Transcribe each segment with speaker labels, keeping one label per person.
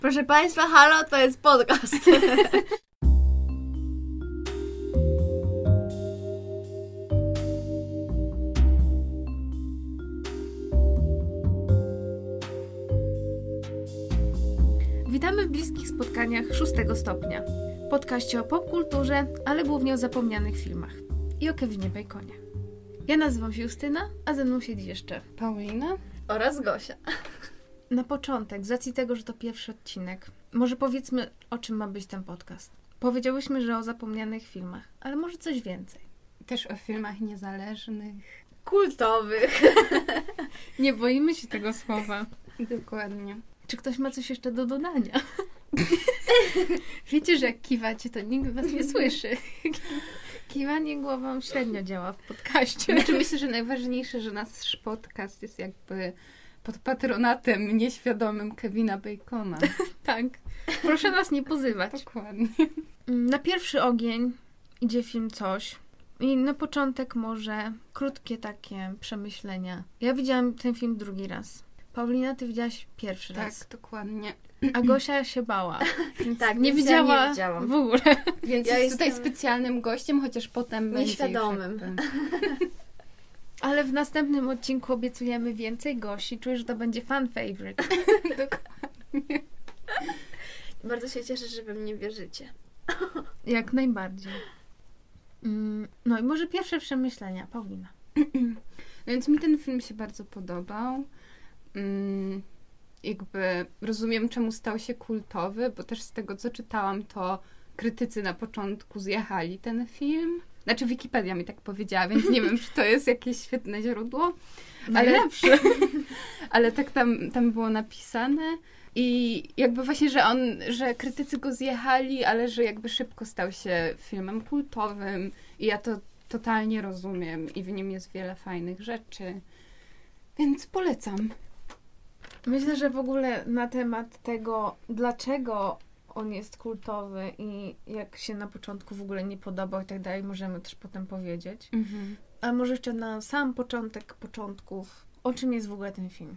Speaker 1: Proszę Państwa, halo, to jest podcast.
Speaker 2: Witamy w bliskich spotkaniach 6 stopnia. Podcaście o popkulturze, ale głównie o zapomnianych filmach. I o Kevinie Baconie. Ja nazywam się Justyna, a ze mną siedzi jeszcze
Speaker 3: Paulina
Speaker 1: oraz Gosia.
Speaker 2: Na początek, z racji tego, że to pierwszy odcinek, może powiedzmy, o czym ma być ten podcast. Powiedziałyśmy, że o zapomnianych filmach, ale może coś więcej.
Speaker 3: Też o filmach niezależnych.
Speaker 1: Kultowych.
Speaker 2: Nie boimy się tego słowa.
Speaker 3: Dokładnie.
Speaker 2: Czy ktoś ma coś jeszcze do dodania? Wiecie, że jak kiwacie, to nikt was nie słyszy. Kiwanie głową średnio działa w podcaście.
Speaker 3: Znaczy myślę, że najważniejsze, że nasz podcast jest jakby pod patronatem nieświadomym Kevina Bacona.
Speaker 2: Tak. Proszę nas nie pozywać.
Speaker 3: Dokładnie.
Speaker 2: Na pierwszy ogień idzie film Coś. I na początek może krótkie takie przemyślenia. Ja widziałam ten film drugi raz. Paulina, ty widziałaś pierwszy raz.
Speaker 3: Tak, dokładnie.
Speaker 2: A Gosia się bała.
Speaker 1: Tak,
Speaker 2: nie
Speaker 1: więc ja
Speaker 2: widziała
Speaker 1: nie widziałam.
Speaker 2: w ogóle.
Speaker 3: Więc
Speaker 1: Ja
Speaker 3: jest tutaj
Speaker 1: jestem
Speaker 3: specjalnym gościem, chociaż potem
Speaker 1: nieświadomym.
Speaker 3: będzie
Speaker 2: Ale w następnym odcinku obiecujemy więcej Gosi. Czuję, że to będzie fan favorite.
Speaker 3: Dokładnie.
Speaker 1: Bardzo się cieszę, że we mnie wierzycie.
Speaker 2: Jak najbardziej. No i może pierwsze przemyślenia. Paulina.
Speaker 3: Więc mi ten film się bardzo podobał. Jakby rozumiem, czemu stał się kultowy, bo też z tego, co czytałam, to krytycy na początku zjechali ten film. Znaczy Wikipedia mi tak powiedziała, więc nie wiem, czy to jest jakieś świetne źródło.
Speaker 2: Najlepsze.
Speaker 3: Ale tak tam było napisane. I jakby właśnie, że krytycy go zjechali, ale że jakby szybko stał się filmem kultowym. I ja to totalnie rozumiem. I w nim jest wiele fajnych rzeczy. Więc polecam.
Speaker 2: Myślę, że w ogóle na temat tego, dlaczego on jest kultowy i jak się na początku w ogóle nie podobał i tak dalej, możemy też potem powiedzieć.
Speaker 3: Mhm.
Speaker 2: A może jeszcze na sam początek początków, o czym jest w ogóle ten film?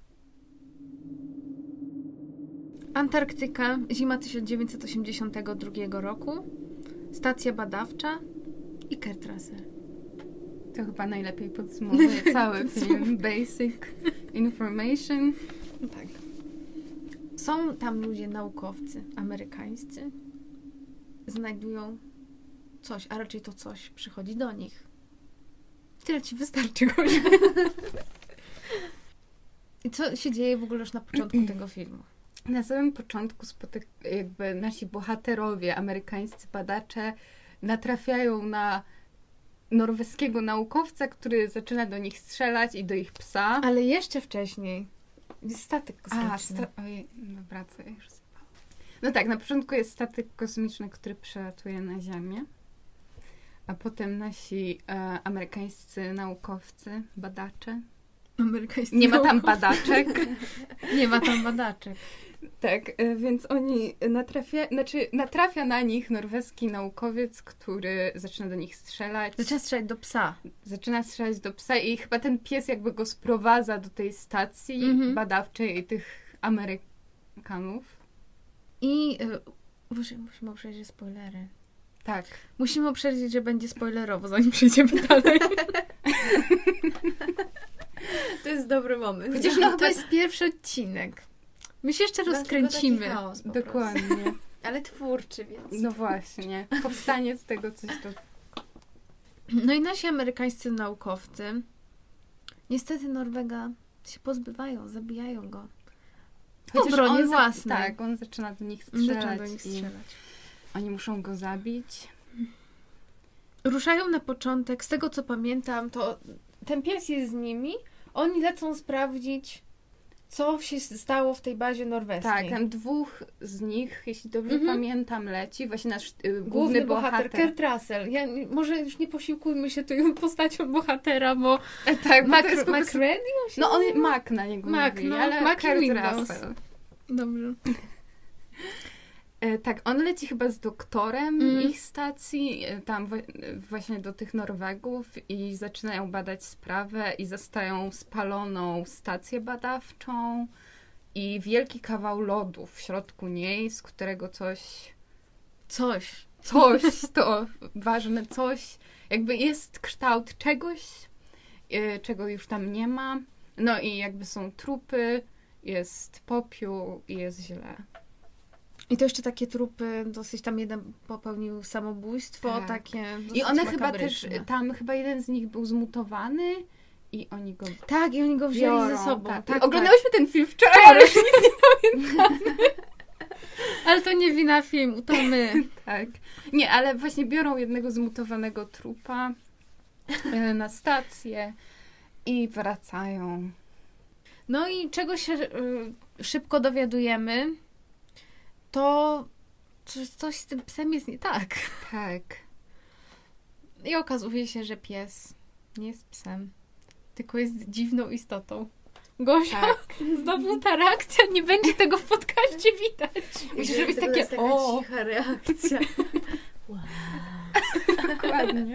Speaker 2: Antarktyka, zima 1982 roku, stacja badawcza i Kurt Russell.
Speaker 3: To chyba najlepiej podsumowuje cały film. Basic information.
Speaker 2: Tak. Są tam ludzie, naukowcy amerykańscy. Znajdują coś, a raczej to coś przychodzi do nich. Tyle ci wystarczy, Gosia. I co się dzieje w ogóle już na początku tego filmu?
Speaker 3: Na samym początku jakby nasi bohaterowie, amerykańscy badacze, natrafiają na norweskiego naukowca, który zaczyna do nich strzelać i do ich psa.
Speaker 2: Ale jeszcze wcześniej jest statek kosmiczny.
Speaker 3: Ojej, dobra, co ja już spałam. No tak, na początku jest statek kosmiczny, który przelatuje na Ziemię. A potem nasi amerykańscy naukowcy, badacze. Nie ma tam badaczek.
Speaker 2: Nie ma tam badaczek.
Speaker 3: Tak, więc oni natrafia na nich norweski naukowiec, który zaczyna do nich strzelać.
Speaker 2: Zaczyna strzelać do psa.
Speaker 3: Zaczyna strzelać do psa i chyba ten pies jakby go sprowadza do tej stacji badawczej tych Amerykanów.
Speaker 2: I musimy uprzedzić spoilery.
Speaker 3: Tak.
Speaker 2: Musimy uprzedzić, że będzie spoilerowo, zanim przejdziemy dalej.
Speaker 1: To jest dobry moment.
Speaker 2: Chociaż to jest pierwszy odcinek. My się jeszcze rozkręcimy.
Speaker 1: Chaos,
Speaker 3: dokładnie.
Speaker 1: Ale twórczy, więc.
Speaker 3: No właśnie. Powstanie z tego coś to...
Speaker 2: No i nasi amerykańscy naukowcy niestety Norwega się pozbywają, zabijają go. W obronie własnej.
Speaker 3: Tak, on zaczyna do nich strzelać. Oni muszą go zabić.
Speaker 2: Ruszają na początek, z tego co pamiętam, to ten pies jest z nimi. Oni lecą sprawdzić, co się stało w tej bazie norweskiej.
Speaker 3: Tak, tam dwóch z nich, jeśli dobrze pamiętam, leci. Właśnie nasz główny bohater.
Speaker 2: Kurt Russell. Może już nie posiłkujmy się tą postacią bohatera, bo
Speaker 3: tak,
Speaker 2: McReady?
Speaker 3: No on Mac na niego mówi, ale Kurt Russell.
Speaker 2: Dobrze.
Speaker 3: Tak, on leci chyba z doktorem ich stacji, tam właśnie do tych Norwegów i zaczynają badać sprawę i zastają spaloną stację badawczą i wielki kawał lodu w środku niej, z którego coś, to ważne coś, jakby jest kształt czegoś, czego już tam nie ma. No i jakby są trupy, jest popiół i jest źle.
Speaker 2: I to jeszcze takie trupy, dosyć tam jeden popełnił samobójstwo, takie
Speaker 3: I one chyba
Speaker 2: makabryczne.
Speaker 3: też, tam chyba jeden z nich był zmutowany i oni go
Speaker 2: Tak, i oni go wzięli
Speaker 3: biorą,
Speaker 2: ze sobą.
Speaker 3: Tak. Oglądałyśmy ten film wczoraj, ale już nic
Speaker 2: Ale to nie wina filmu, to my.
Speaker 3: tak. Nie, ale właśnie biorą jednego zmutowanego trupa na stację i wracają.
Speaker 2: No i czego się szybko dowiadujemy, to coś z tym psem jest nie tak.
Speaker 3: Tak.
Speaker 2: I okazuje się, że pies nie jest psem, tylko jest dziwną istotą. Gosia,
Speaker 3: Tak.
Speaker 2: znowu ta reakcja, nie będzie tego w podcaście widać.
Speaker 3: Musisz robić
Speaker 1: To
Speaker 3: takie
Speaker 1: jest taka cicha reakcja. Wow.
Speaker 3: Dokładnie.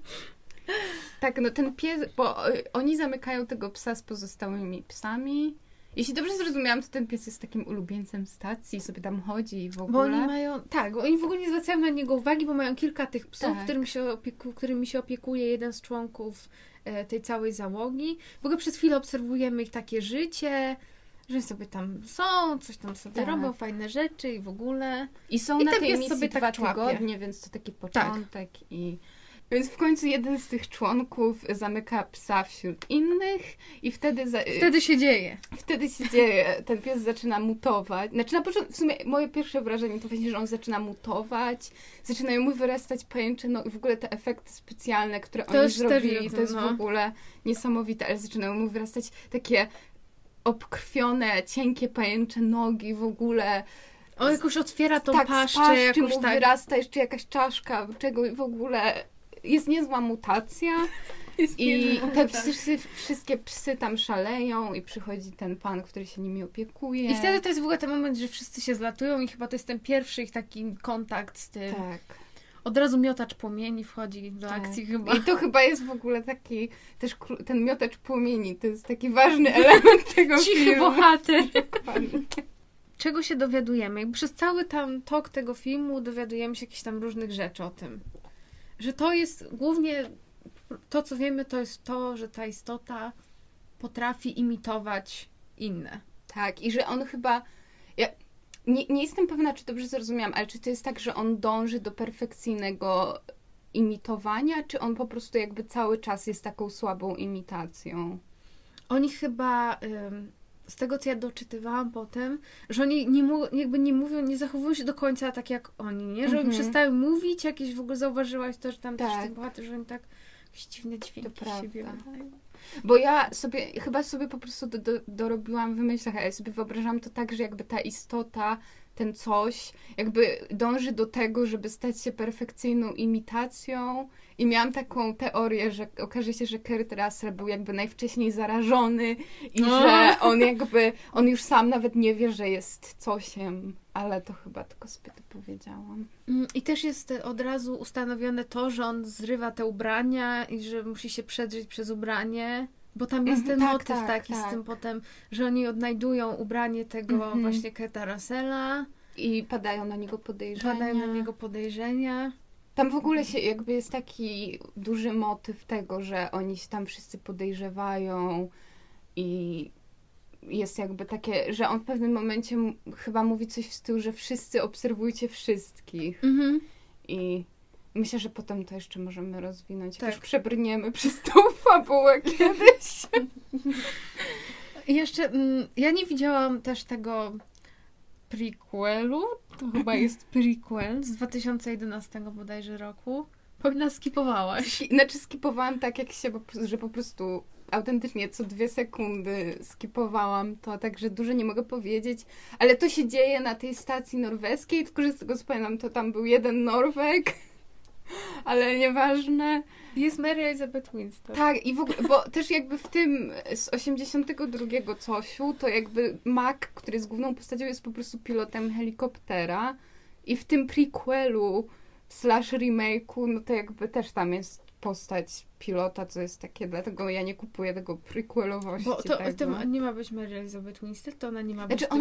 Speaker 3: Tak, no ten pies, bo oni zamykają tego psa z pozostałymi psami. Jeśli dobrze zrozumiałam, to ten pies jest takim ulubieńcem stacji, sobie tam chodzi i w ogóle.
Speaker 2: Bo oni mają, tak, oni w ogóle nie zwracają na niego uwagi, bo mają kilka tych psów,
Speaker 3: Tak.
Speaker 2: którymi się opiekuje jeden z członków tej całej załogi. W ogóle przez chwilę obserwujemy ich takie życie, że sobie tam są, coś tam sobie
Speaker 3: Tak.
Speaker 2: robią, fajne rzeczy i w ogóle.
Speaker 3: I są
Speaker 2: I
Speaker 3: na
Speaker 2: ten
Speaker 3: tej
Speaker 2: pies
Speaker 3: misji
Speaker 2: sobie tak
Speaker 3: 2
Speaker 2: człapie.
Speaker 3: tygodnie, więc to taki początek i... Więc w końcu jeden z tych członków zamyka psa wśród innych i wtedy
Speaker 2: Wtedy się dzieje.
Speaker 3: wtedy się dzieje. Ten pies zaczyna mutować. Znaczy na początku, w sumie moje pierwsze wrażenie to właśnie, że on zaczyna mutować, zaczynają mu wyrastać pajęcze, no i w ogóle te efekty specjalne, które
Speaker 2: To
Speaker 3: oni
Speaker 2: już
Speaker 3: zrobili,
Speaker 2: sterilium,
Speaker 3: to jest
Speaker 2: no.
Speaker 3: w ogóle niesamowite, ale zaczynają mu wyrastać takie obkrwione, cienkie pajęcze nogi w ogóle.
Speaker 2: On jakoś otwiera tą
Speaker 3: Tak, z
Speaker 2: paszczę,
Speaker 3: paszczy
Speaker 2: jakoś
Speaker 3: mu
Speaker 2: tak.
Speaker 3: wyrasta jeszcze jakaś czaszka, czego w ogóle jest niezła mutacja. I te wszystkie psy tam szaleją i przychodzi ten pan, który się nimi opiekuje.
Speaker 2: I wtedy to jest w ogóle ten moment, że wszyscy się zlatują i chyba to jest ten pierwszy ich taki kontakt z tym.
Speaker 3: Tak.
Speaker 2: Od razu miotacz płomieni wchodzi do
Speaker 3: Tak.
Speaker 2: akcji chyba.
Speaker 3: I to chyba jest w ogóle taki, też ten miotacz płomieni, to jest taki ważny element tego
Speaker 2: Cichy
Speaker 3: filmu.
Speaker 2: bohater.
Speaker 3: Dokładnie.
Speaker 2: Czego się dowiadujemy? Jakby przez cały tam tok tego filmu dowiadujemy się jakichś tam różnych rzeczy o tym. Że to jest głównie to, co wiemy, to jest to, że ta istota potrafi imitować inne.
Speaker 3: Tak, i że on chyba... Ja nie jestem pewna, czy dobrze zrozumiałam, ale czy to jest tak, że on dąży do perfekcyjnego imitowania, czy on po prostu jakby cały czas jest taką słabą imitacją?
Speaker 2: Oni chyba, z tego co ja doczytywałam potem, że oni nie mówią, nie zachowują się do końca tak jak oni, nie? Że oni przestają mówić, jakieś w ogóle zauważyłaś to, że tam też tych bohaterów, że oni tak jakieś dziwne dźwięki
Speaker 3: To
Speaker 2: siebie
Speaker 3: prawda.
Speaker 2: wydają.
Speaker 3: Bo ja chyba sobie po prostu dorobiłam w myślach, a ja sobie wyobrażam to tak, że jakby ta istota, ten coś, jakby dąży do tego, żeby stać się perfekcyjną imitacją i miałam taką teorię, że okaże się, że Kurt Russell był jakby najwcześniej zarażony i że on już sam nawet nie wie, że jest cosiem, ale to chyba tylko sobie to powiedziałam.
Speaker 2: I też jest od razu ustanowione to, że on zrywa te ubrania i że musi się przedrzeć przez ubranie, bo tam jest ten motyw taki z tym potem, że oni odnajdują ubranie tego właśnie Kurta Russella.
Speaker 3: I padają na niego podejrzenia. Tam w ogóle się jakby jest taki duży motyw tego, że oni się tam wszyscy podejrzewają i jest jakby takie, że on w pewnym momencie chyba mówi coś w stylu, że wszyscy obserwujcie wszystkich. I myślę, że potem to jeszcze możemy rozwinąć. Tak. Już przebrniemy przez tą fabułę kiedyś.
Speaker 2: I jeszcze ja nie widziałam też tego prequelu. To chyba jest prequel z 2011 bodajże roku. Powinna skipowałaś.
Speaker 3: Znaczy skipowałam tak, jak się, że po prostu autentycznie co 2 sekundy skipowałam to, także dużo nie mogę powiedzieć, ale to się dzieje na tej stacji norweskiej, tylko że z tego co pamiętam, to tam był jeden Norweg, ale nieważne.
Speaker 2: Jest Mary Elizabeth Winstead.
Speaker 3: Tak, i w ogóle, bo też jakby w tym z 82 cosiu, to jakby Mac, który jest główną postacią, jest po prostu pilotem helikoptera i w tym prequelu / remake'u, no to jakby też tam jest postać pilota, co jest takie, dlatego ja nie kupuję tego prequelowości.
Speaker 2: Bo to
Speaker 3: tego.
Speaker 2: nie ma być Mary Elizabeth Winstead, to ona nie ma być...
Speaker 3: Znaczy,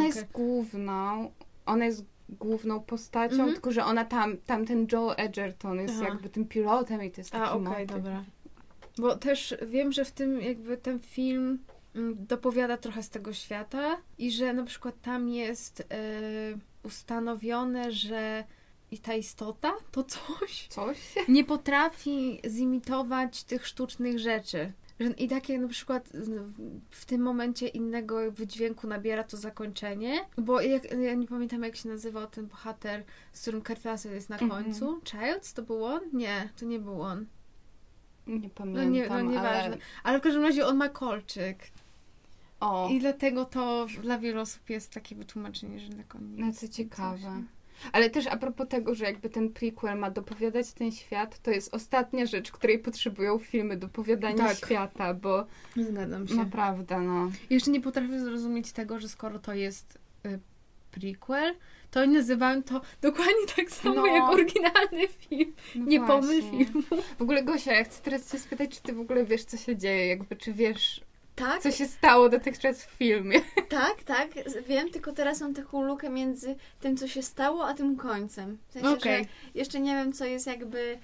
Speaker 3: ona jest główną postacią, tylko że ona tam ten Joel Edgerton jest jakby tym pilotem i to jest taki motyw.
Speaker 2: Dobra. Bo też wiem, że w tym jakby ten film dopowiada trochę z tego świata i że na przykład tam jest ustanowione, że i ta istota, to coś nie potrafi zimitować tych sztucznych rzeczy. I takie na przykład w tym momencie innego wydźwięku nabiera to zakończenie, bo ja nie pamiętam, jak się nazywał ten bohater, z którym Kurt Russell jest na końcu. Childs? To był on? Nie, to nie był on.
Speaker 3: Nie pamiętam,
Speaker 2: nieważne. Ale w każdym razie on ma kolczyk. I dlatego to dla wielu osób jest takie wytłumaczenie, że tak on nie jest.
Speaker 3: No to ciekawe. Ale też a propos tego, że jakby ten prequel ma dopowiadać ten świat, to jest ostatnia rzecz, której potrzebują filmy dopowiadania świata, bo...
Speaker 2: Zgadzam się.
Speaker 3: Naprawdę, no.
Speaker 2: Jeszcze nie potrafię zrozumieć tego, że skoro to jest prequel, to oni nazywają to dokładnie tak samo jak oryginalny film. Nie pomyl filmu.
Speaker 3: W ogóle Gosia, ja chcę teraz cię spytać, czy ty w ogóle wiesz, co się dzieje, jakby, czy wiesz...
Speaker 1: Tak.
Speaker 3: Co się stało dotychczas w filmie.
Speaker 1: Tak, wiem, tylko teraz mam taką lukę między tym, co się stało, a tym końcem. W sensie, że jeszcze nie wiem, co jest jakby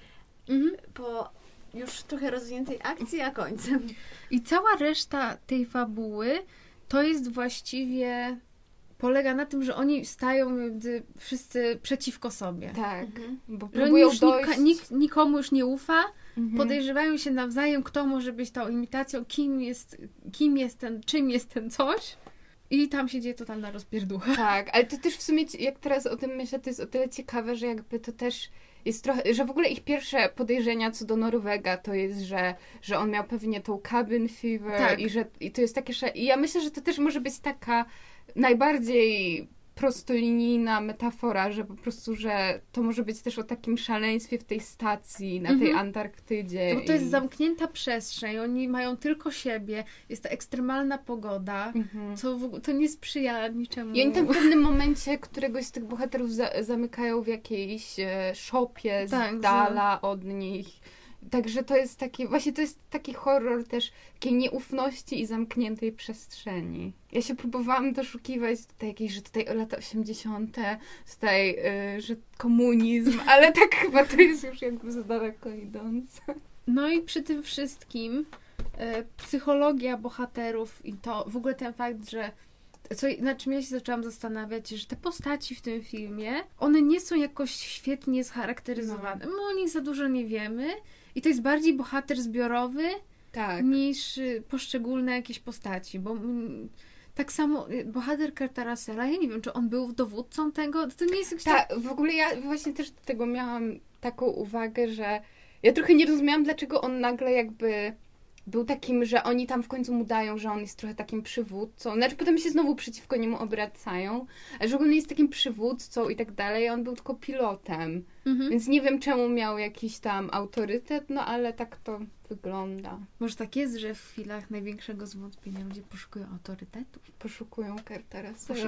Speaker 1: po już trochę rozwiniętej akcji, a końcem.
Speaker 2: I cała reszta tej fabuły to jest właściwie... polega na tym, że oni stają wszyscy przeciwko sobie.
Speaker 3: Tak, bo
Speaker 2: próbują dojść... Nikt nikomu już nie ufa, podejrzewają się nawzajem, kto może być tą imitacją, czym jest ten coś. I tam się dzieje totalna rozpierducha.
Speaker 3: Tak, ale to też w sumie, jak teraz o tym myślę, to jest o tyle ciekawe, że jakby to też jest trochę, że w ogóle ich pierwsze podejrzenia co do Norwega to jest, że on miał pewnie tą cabin fever i to jest takie, i ja myślę, że to też może być taka najbardziej prostolinijna metafora, że po prostu, że to może być też o takim szaleństwie w tej stacji, na tej Antarktydzie.
Speaker 2: Bo to jest zamknięta przestrzeń, oni mają tylko siebie, jest to ekstremalna pogoda, to nie sprzyja niczemu.
Speaker 3: I oni tam w pewnym momencie któregoś z tych bohaterów zamykają w jakiejś szopie z dala od nich. Także to jest taki, właśnie to jest taki horror też takiej nieufności i zamkniętej przestrzeni. Ja się próbowałam doszukiwać tutaj jakiejś, że tutaj lata 80., tutaj, że komunizm, ale tak chyba to jest już jakby za daleko idące.
Speaker 2: No i przy tym wszystkim psychologia bohaterów i to w ogóle ten fakt, że na czym ja się zaczęłam zastanawiać, że te postaci w tym filmie, one nie są jakoś świetnie scharakteryzowane. My o nich za dużo nie wiemy i to jest bardziej bohater zbiorowy niż poszczególne jakieś postaci, bo tak samo bohater Kurta Russella, ja nie wiem, czy on był dowódcą tego, to nie jest jakiś
Speaker 3: w ogóle ja właśnie też do tego miałam taką uwagę, że ja trochę nie rozumiałam, dlaczego on nagle jakby był takim, że oni tam w końcu mu dają, że on jest trochę takim przywódcą. Znaczy potem się znowu przeciwko niemu obracają, że on jest takim przywódcą i tak dalej, a on był tylko pilotem. Więc nie wiem, czemu miał jakiś tam autorytet, no ale tak to wygląda.
Speaker 2: Może tak jest, że w chwilach największego zwątpienia ludzie poszukują autorytetu.
Speaker 3: Poszukują Kurta Russella.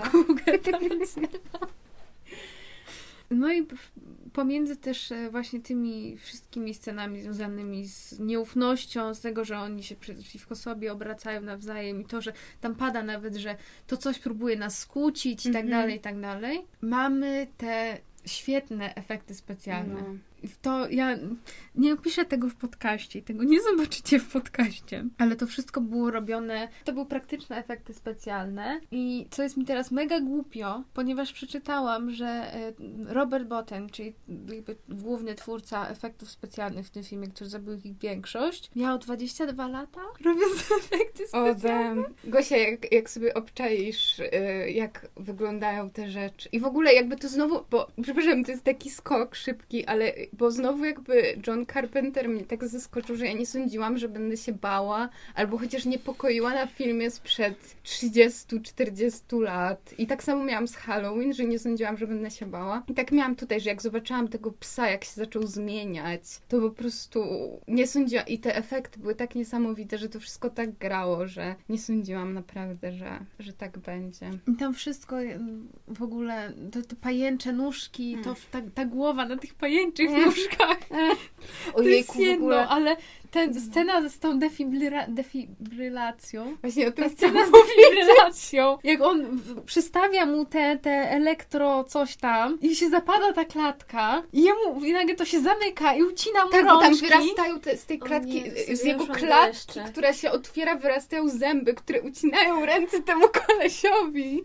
Speaker 2: No i pomiędzy też właśnie tymi wszystkimi scenami związanymi z nieufnością, z tego, że oni się przeciwko sobie obracają nawzajem i to, że tam pada nawet, że to coś próbuje nas skłócić i tak dalej, mamy te świetne efekty specjalne. To ja nie opiszę tego w podcaście, tego nie zobaczycie w podcaście, ale to wszystko było robione, to były praktyczne efekty specjalne i co jest mi teraz mega głupio, ponieważ przeczytałam, że Robert Botten, czyli jakby główny twórca efektów specjalnych w tym filmie, który zabił ich większość, miał 22 lata, robiąc efekty specjalne.
Speaker 3: Gosia, jak sobie obczaisz, jak wyglądają te rzeczy i w ogóle jakby to znowu, bo przepraszam, to jest taki skok szybki, ale bo znowu jakby John Carpenter mnie tak zaskoczył, że ja nie sądziłam, że będę się bała, albo chociaż niepokoiła na filmie sprzed 30-40 lat. I tak samo miałam z Halloween, że nie sądziłam, że będę się bała. I tak miałam tutaj, że jak zobaczyłam tego psa, jak się zaczął zmieniać, to po prostu nie sądziłam. I te efekty były tak niesamowite, że to wszystko tak grało, że nie sądziłam naprawdę, że tak będzie.
Speaker 2: I tam wszystko w ogóle, te pajęcze nóżki, to ta głowa na tych pajęczych nóżkach, łóżkach.
Speaker 3: Ojejku, w ogóle.
Speaker 2: Ale scena z tą defibrylacją.
Speaker 3: Właśnie o tym
Speaker 2: Scena z defibrylacją. Jak on przystawia mu te elektro coś tam i się zapada ta klatka i nagle to się zamyka i ucina mu
Speaker 3: tak, bo tam
Speaker 2: rączki.
Speaker 3: wyrastają z tej klatki, z jego klatki, która się otwiera, wyrastają zęby, które ucinają ręce temu kolesiowi.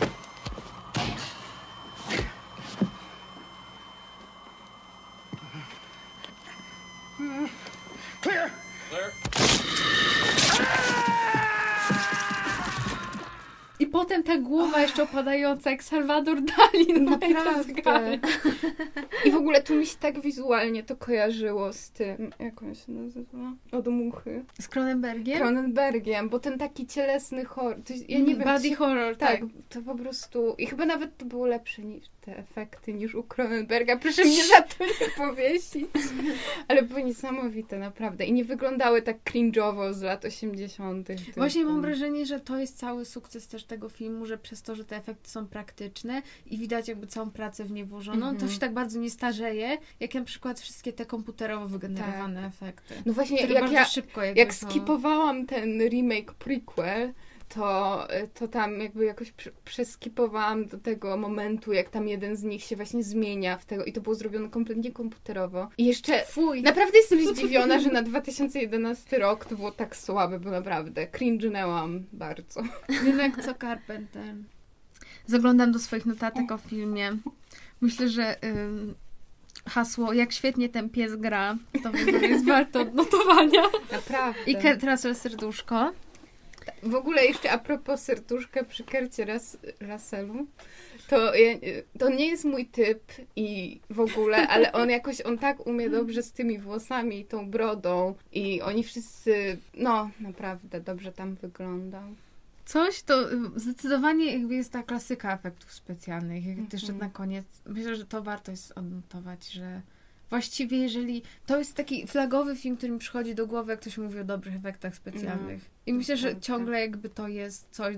Speaker 4: Clear!
Speaker 2: I potem ta głowa jeszcze opadająca jak Salvador Dali.
Speaker 3: Naprawdę. I w ogóle tu mi się tak wizualnie to kojarzyło z tym, jak on się nazywa? Od muchy.
Speaker 2: Z Cronenbergiem?
Speaker 3: Cronenbergiem, bo ten taki cielesny horror. Ja nie wiem,
Speaker 2: body horror,
Speaker 3: tak.
Speaker 2: tak.
Speaker 3: To po prostu... I chyba nawet to było lepsze niż te efekty, niż u Cronenberga. Proszę mnie za to nie powiesić. Ale były niesamowite, naprawdę. I nie wyglądały tak cringe'owo z lat 80.
Speaker 2: Właśnie mam wrażenie, że to jest cały sukces też tego filmu, że przez to, że te efekty są praktyczne i widać jakby całą pracę w nie włożoną, to się tak bardzo nie starzeje, jak na przykład wszystkie te komputerowo wygenerowane efekty.
Speaker 3: No właśnie, jak skipowałam ten remake prequel, to tam jakby jakoś przeskipowałam do tego momentu, jak tam jeden z nich się właśnie zmienia w tego i to było zrobione kompletnie komputerowo. I jeszcze naprawdę jestem zdziwiona, że na 2011 rok to było tak słabe, bo naprawdę cringe'nęłam bardzo.
Speaker 2: Jednak co Carpenter. Zaglądam do swoich notatek o filmie. Myślę, że hasło, jak świetnie ten pies gra, to w ogóle jest warte odnotowania.
Speaker 3: Naprawdę.
Speaker 2: I teraz serduszko.
Speaker 3: W ogóle jeszcze a propos serduszka przy Kurcie Russellu, to nie jest mój typ i w ogóle, ale on tak umie dobrze z tymi włosami i tą brodą i oni wszyscy, naprawdę dobrze tam wyglądał.
Speaker 2: Coś to zdecydowanie jakby jest ta klasyka efektów specjalnych. Jeszcze na koniec, myślę, że to warto jest odnotować, że właściwie jeżeli... To jest taki flagowy film, który mi przychodzi do głowy, jak ktoś mówi o dobrych efektach specjalnych. I myślę, że ciągle jakby to jest coś,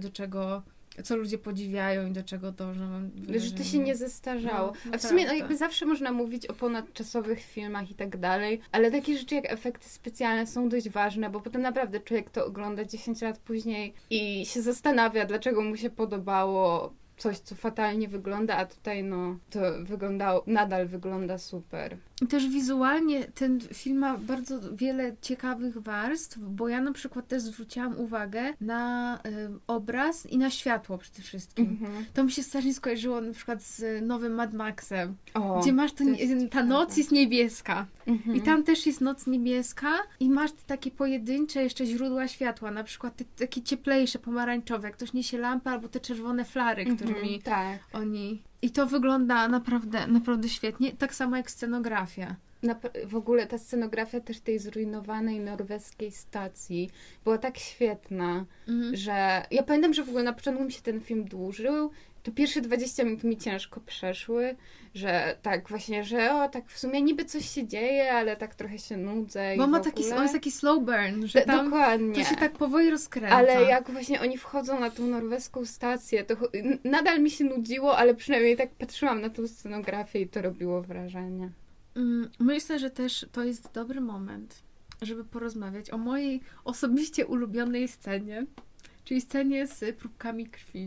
Speaker 2: co ludzie podziwiają i do czego dążą.
Speaker 3: Że to się nie zestarzało. A w sumie jakby zawsze można mówić o ponadczasowych filmach i tak dalej, ale takie rzeczy jak efekty specjalne są dość ważne, bo potem naprawdę człowiek to ogląda 10 lat później i się zastanawia, dlaczego mu się podobało coś, co fatalnie wygląda, a tutaj to nadal wygląda super.
Speaker 2: I też wizualnie ten film ma bardzo wiele ciekawych warstw, bo ja na przykład też zwróciłam uwagę na obraz i na światło przede wszystkim. To mi się strasznie skojarzyło na przykład z nowym Mad Maxem, gdzie masz ta noc jest niebieska. I tam też jest noc niebieska i masz takie pojedyncze jeszcze źródła światła, na przykład takie cieplejsze, pomarańczowe, jak ktoś niesie lampę albo te czerwone flary, którymi oni... I to wygląda naprawdę, naprawdę świetnie. Tak samo jak scenografia.
Speaker 3: W ogóle ta scenografia też tej zrujnowanej norweskiej stacji była tak świetna, że... Ja pamiętam, że w ogóle na początku mi się ten film dłużył. To pierwsze 20 minut mi ciężko przeszły, że tak właśnie, że tak w sumie niby coś się dzieje, ale tak trochę się nudzę.
Speaker 2: Bo on jest taki slow burn, że tam
Speaker 3: dokładnie.
Speaker 2: To się tak powoli rozkręca.
Speaker 3: Ale jak właśnie oni wchodzą na tą norweską stację, to nadal mi się nudziło, ale przynajmniej tak patrzyłam na tą scenografię i to robiło wrażenie.
Speaker 2: Myślę, że też to jest dobry moment, żeby porozmawiać o mojej osobiście ulubionej scenie, czyli scenie z próbkami krwi.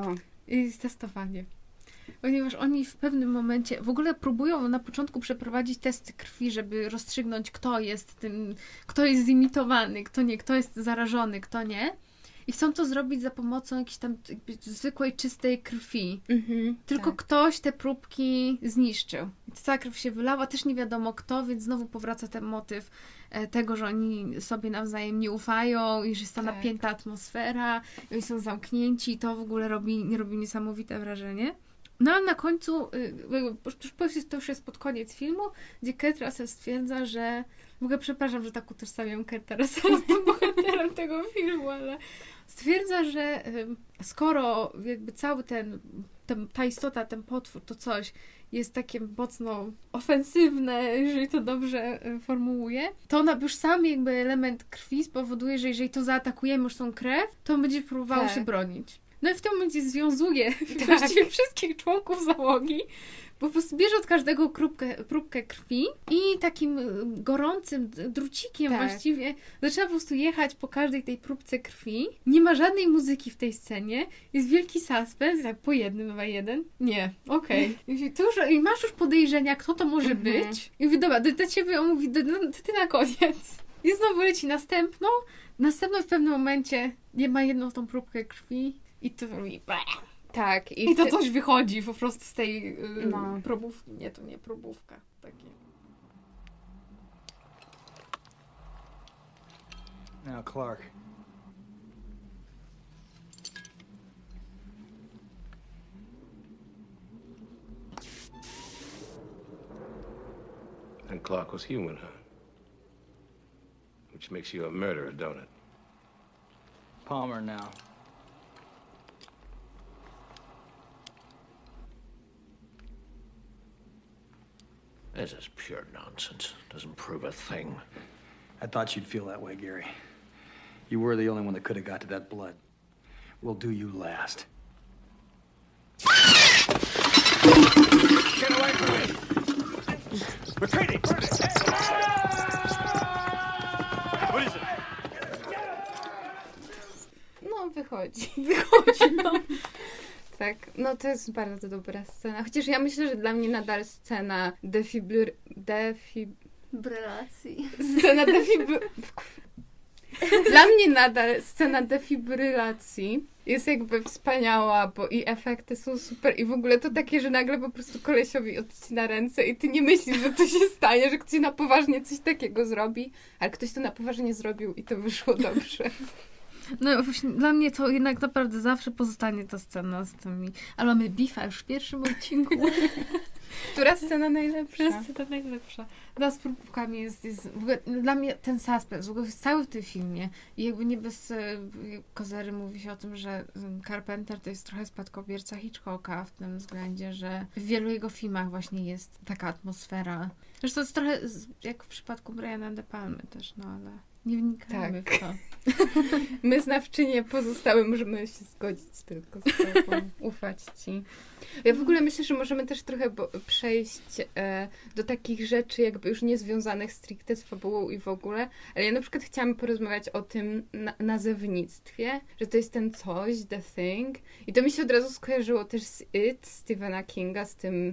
Speaker 2: I z testowaniem. Ponieważ oni w pewnym momencie w ogóle próbują na początku przeprowadzić testy krwi, żeby rozstrzygnąć, kto jest zimitowany, kto nie, kto jest zarażony, kto nie. I chcą to zrobić za pomocą jakiejś tam zwykłej, czystej krwi. Tylko ktoś te próbki zniszczył. I ta krew się wylała, też nie wiadomo kto, więc znowu powraca ten motyw tego, że oni sobie nawzajem nie ufają i że jest ta napięta atmosfera, i oni są zamknięci i to w ogóle robi niesamowite wrażenie. No a na końcu, to już jest pod koniec filmu, gdzie Kurt Russell stwierdza, że... W ogóle przepraszam, że tak utożsamiam Kurta Russella z tym bohaterem tego filmu, ale stwierdza, że skoro jakby cały ta istota, ten potwór, to coś jest takie mocno ofensywne, jeżeli to dobrze formułuję, to już sam jakby element krwi spowoduje, że jeżeli to zaatakujemy już tą krew, to on będzie próbował się bronić. No i w tym momencie związuje właściwie wszystkich członków załogi. Po prostu bierze od każdego próbkę krwi i takim gorącym drucikiem właściwie zaczyna po prostu jechać po każdej tej próbce krwi. Nie ma żadnej muzyki w tej scenie. Jest wielki suspens, tak po jednym, chyba jeden. Nie, okej. I masz już podejrzenia, kto to może być. I mówi, dobra, do ciebie on mówi, ty na koniec. I znowu leci następną w pewnym momencie nie ma jedną tą próbkę krwi i to robi
Speaker 3: tak.
Speaker 2: I to coś wychodzi po prostu z tej probówki. Nie, to nie probówka. Takie.
Speaker 4: Now, Clark.
Speaker 5: And Clark was human, huh? Which makes you a murderer, don't it?
Speaker 4: Palmer now.
Speaker 6: This is pure nonsense. Doesn't prove a thing.
Speaker 4: I thought you'd feel that way, Gary. You were the only one that could have got to that blood. We'll do you last.
Speaker 5: Get away from me! Retreating! What is it?
Speaker 3: No, wychodzi.
Speaker 2: No.
Speaker 3: Tak, no to jest bardzo dobra scena. Chociaż ja myślę, że dla mnie nadal scena Dla mnie nadal scena defibrylacji jest jakby wspaniała, bo i efekty są super i w ogóle to takie, że nagle po prostu kolesiowi odcina ręce i ty nie myślisz, że to się stanie, że ktoś na poważnie coś takiego zrobi, ale ktoś to na poważnie zrobił i to wyszło dobrze.
Speaker 2: No właśnie, dla mnie to jednak naprawdę zawsze pozostanie ta scena z tymi... Ale mamy bifa już w pierwszym odcinku.
Speaker 3: Która scena najlepsza?
Speaker 2: Która scena najlepsza? No, z próbkami jest w ogóle, dla mnie ten suspens w ogóle jest cały w tym filmie i jakby nie bez kozery mówi się o tym, że Carpenter to jest trochę spadkobierca Hitchcocka w tym względzie, że w wielu jego filmach właśnie jest taka atmosfera. Zresztą to jest trochę jak w przypadku Briana De Palmy też, no ale nie wnikamy w to.
Speaker 3: My znawczynie pozostałe możemy się zgodzić tylko z tobą, ufać ci. Ja w ogóle myślę, że możemy też trochę przejść do takich rzeczy jakby już niezwiązanych stricte z fabułą i w ogóle, ale ja na przykład chciałam porozmawiać o tym nazewnictwie, że to jest ten coś, the thing i to mi się od razu skojarzyło też z It, Stephena Kinga, z tym,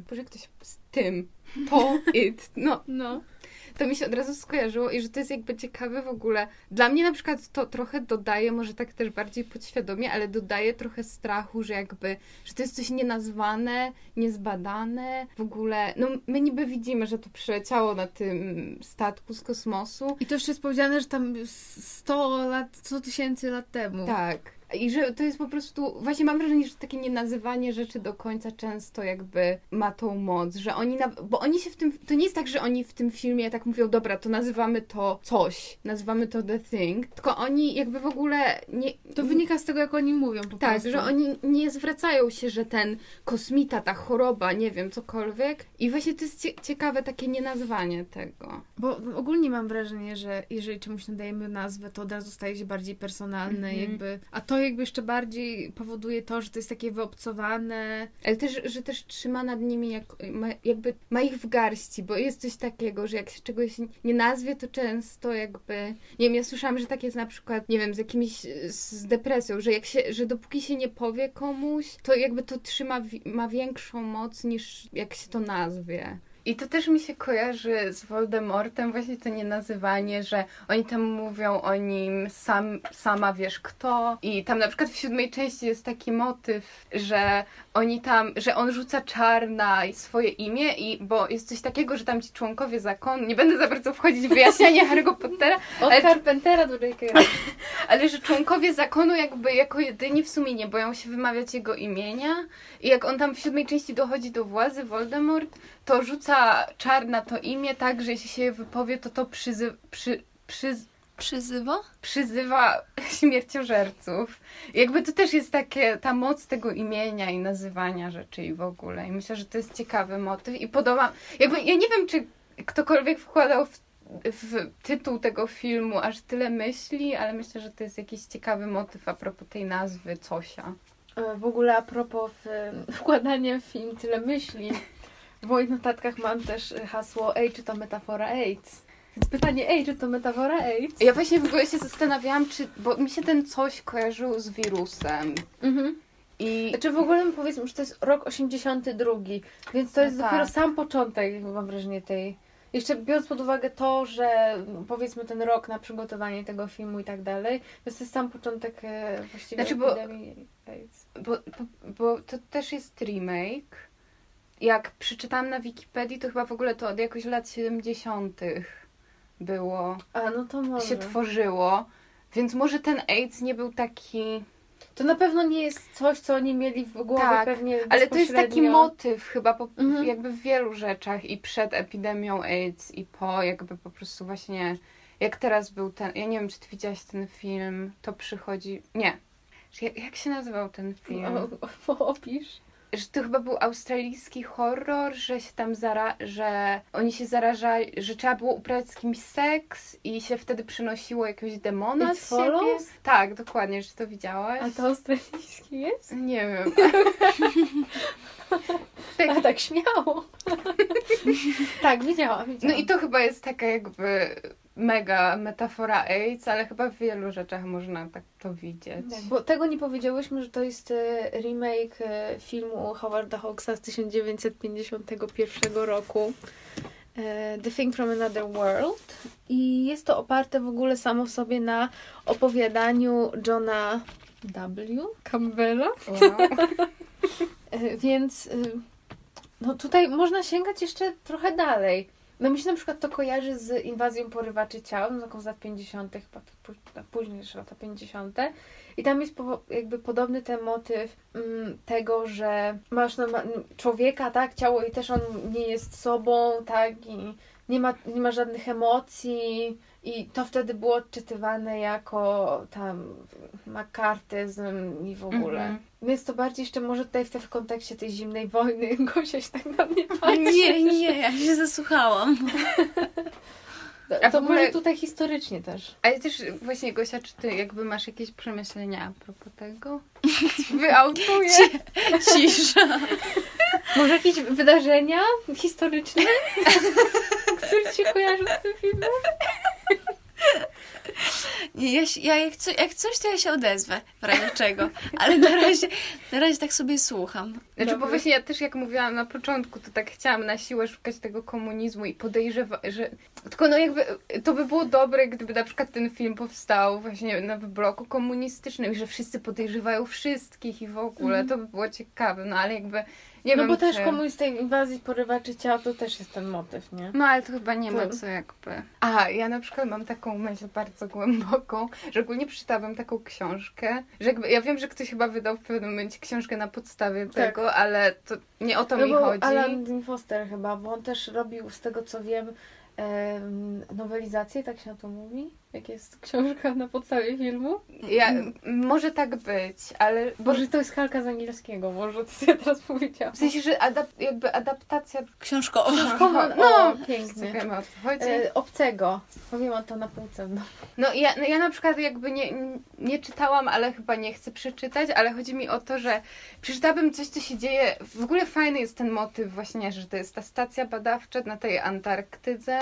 Speaker 3: no. To mi się od razu skojarzyło i że to jest jakby ciekawe w ogóle. Dla mnie na przykład to trochę dodaje, może tak też bardziej podświadomie, ale dodaje trochę strachu, że jakby, że to jest coś nienazwane, niezbadane. W ogóle, no my niby widzimy, że to przyleciało na tym statku z kosmosu.
Speaker 2: I to jeszcze jest powiedziane, że tam 100 tysięcy lat temu.
Speaker 3: Tak. I że to jest po prostu, właśnie mam wrażenie, że takie nienazywanie rzeczy do końca często jakby ma tą moc, że oni, bo oni się w tym, to nie jest tak, że oni w tym filmie tak mówią, dobra, to nazywamy to coś, nazywamy to the thing, tylko oni jakby w ogóle nie...
Speaker 2: To wynika z tego, jak oni mówią po prostu.
Speaker 3: Tak, że oni nie zwracają się, że ten kosmita, ta choroba, nie wiem, cokolwiek i właśnie to jest ciekawe takie nienazywanie tego.
Speaker 2: Bo ogólnie mam wrażenie, że jeżeli czemuś nadajemy nazwę, to od razu staje się bardziej personalne, jakby, a to jakby jeszcze bardziej powoduje to, że to jest takie wyobcowane.
Speaker 3: Ale też, że też trzyma nad nimi, jakby ma ich w garści, bo jest coś takiego, że jak się czegoś nie nazwie, to często jakby, nie wiem, ja słyszałam, że tak jest na przykład, nie wiem, z jakimiś, z depresją, że dopóki się nie powie komuś, to jakby to ma większą moc niż jak się to nazwie. I to też mi się kojarzy z Voldemortem, właśnie to nienazywanie, że oni tam mówią o nim sama wiesz kto. I tam na przykład w 7 części jest taki motyw, że oni tam, że on rzuca czar na swoje imię bo jest coś takiego, że tam ci członkowie zakonu, nie będę za bardzo wchodzić w wyjaśnianie Harry'ego Pottera.
Speaker 2: Od Carpentera do J.K.
Speaker 3: Ale że członkowie zakonu jakby jako jedyni w sumie nie boją się wymawiać jego imienia. I jak on tam w 7 części dochodzi do władzy, Voldemort, to rzuca czar na to imię tak, że jeśli się je wypowie, to przyzywa śmierciożerców. Jakby to też jest takie, ta moc tego imienia i nazywania rzeczy i w ogóle. I myślę, że to jest ciekawy motyw i jakby ja nie wiem, czy ktokolwiek wkładał w tytuł tego filmu aż tyle myśli, ale myślę, że to jest jakiś ciekawy motyw a propos tej nazwy Cosia.
Speaker 2: W ogóle a propos wkładania w film tyle myśli, w moich notatkach mam też hasło czy to metafora AIDS? Więc pytanie, czy to metafora AIDS?
Speaker 3: Ja właśnie w ogóle się zastanawiałam, bo mi się ten coś kojarzył z wirusem. I
Speaker 2: Znaczy w ogóle powiedzmy, że to jest rok 82, więc to jest dopiero sam początek, mam wrażenie, tej... Jeszcze biorąc pod uwagę to, że powiedzmy ten rok na przygotowanie tego filmu i tak dalej, więc to jest sam początek właściwie epidemii AIDS.
Speaker 3: Bo to też jest remake. Jak przeczytałam na Wikipedii, to chyba w ogóle to od jakoś lat 70. było.
Speaker 2: No to może.
Speaker 3: Się tworzyło. Więc może ten AIDS nie był taki...
Speaker 2: To na pewno nie jest coś, co oni mieli w głowie pewnie bezpośrednio.
Speaker 3: Ale to jest taki motyw chyba jakby w wielu rzeczach i przed epidemią AIDS i po jakby po prostu właśnie jak teraz był ten, ja nie wiem, czy ty widziałaś ten film, to przychodzi, nie. Jak się nazywał ten film?
Speaker 2: Opisz.
Speaker 3: Że to chyba był australijski horror, że się tam że oni się zarażali, że trzeba było uprawiać z kimś seks i się wtedy przynosiło jakiegoś demona z siebie. Tak, dokładnie, że to widziałaś.
Speaker 2: A to australijski jest?
Speaker 3: Nie wiem.
Speaker 2: Tak śmiało. Tak, widziałam.
Speaker 3: No i to chyba jest taka jakby mega metafora AIDS, ale chyba w wielu rzeczach można tak to widzieć.
Speaker 2: Tak, bo tego nie powiedziałyśmy, że to jest remake filmu Howarda Hawksa z 1951 roku. The Thing from Another World. I jest to oparte w ogóle samo w sobie na opowiadaniu Johna W. Campbella. Wow. Więc no tutaj można sięgać jeszcze trochę dalej. No mi się na przykład to kojarzy z inwazją porywaczy ciał, taką z lat 50., później jeszcze lata 50. I tam jest jakby podobny ten motyw tego, że masz człowieka, tak, ciało i też on nie jest sobą, tak, i nie ma żadnych emocji i to wtedy było odczytywane jako tam makartyzm i w ogóle. Więc to bardziej jeszcze może tutaj w kontekście tej zimnej wojny Gosia się tak na mnie patrzy.
Speaker 1: Nie, ja się zasłuchałam.
Speaker 2: To może tutaj historycznie też.
Speaker 3: Ale też właśnie, Gosia, czy ty jakby masz jakieś przemyślenia a propos tego? Wyautuję.
Speaker 1: Cisza.
Speaker 2: Może jakieś wydarzenia historyczne, które ci się kojarzą z tym filmem?
Speaker 1: Jak coś, to ja się odezwę, w razie czego. Ale na razie tak sobie słucham.
Speaker 3: Znaczy, bo właśnie ja też jak mówiłam na początku, to tak chciałam na siłę szukać tego komunizmu i podejrzewam, że... Tylko no jakby to by było dobre, gdyby na przykład ten film powstał właśnie na bloku komunistycznym i że wszyscy podejrzewają wszystkich i w ogóle, to by było ciekawe, no ale jakby... Nie wiem,
Speaker 2: bo też komuś z tej inwazji porywaczy ciał, to też jest ten motyw, nie?
Speaker 3: No ale to chyba nie ma co jakby... Ja na przykład mam taką myśl bardzo głęboką, że ogólnie przeczytałam taką książkę, że jakby, ja wiem, że ktoś chyba wydał w pewnym momencie książkę na podstawie tego, ale to nie o to mi chodzi.
Speaker 2: Alan Dean Foster chyba, bo on też robił, z tego co wiem, nowelizację, tak się na to mówi? Jak jest książka na podstawie filmu?
Speaker 3: Może tak być, ale...
Speaker 2: Boże, to jest kalka z angielskiego, może to co ja teraz powiedziałam.
Speaker 3: W sensie, że jakby adaptacja...
Speaker 1: Książkowa.
Speaker 2: No, pięknie.
Speaker 3: Wiemy, o co chodzi.
Speaker 2: Obcego. Powiem o to na półce.
Speaker 3: No ja na przykład jakby nie czytałam, ale chyba nie chcę przeczytać, ale chodzi mi o to, że przeczytałabym coś, co się dzieje... W ogóle fajny jest ten motyw właśnie, że to jest ta stacja badawcza na tej Antarktydze.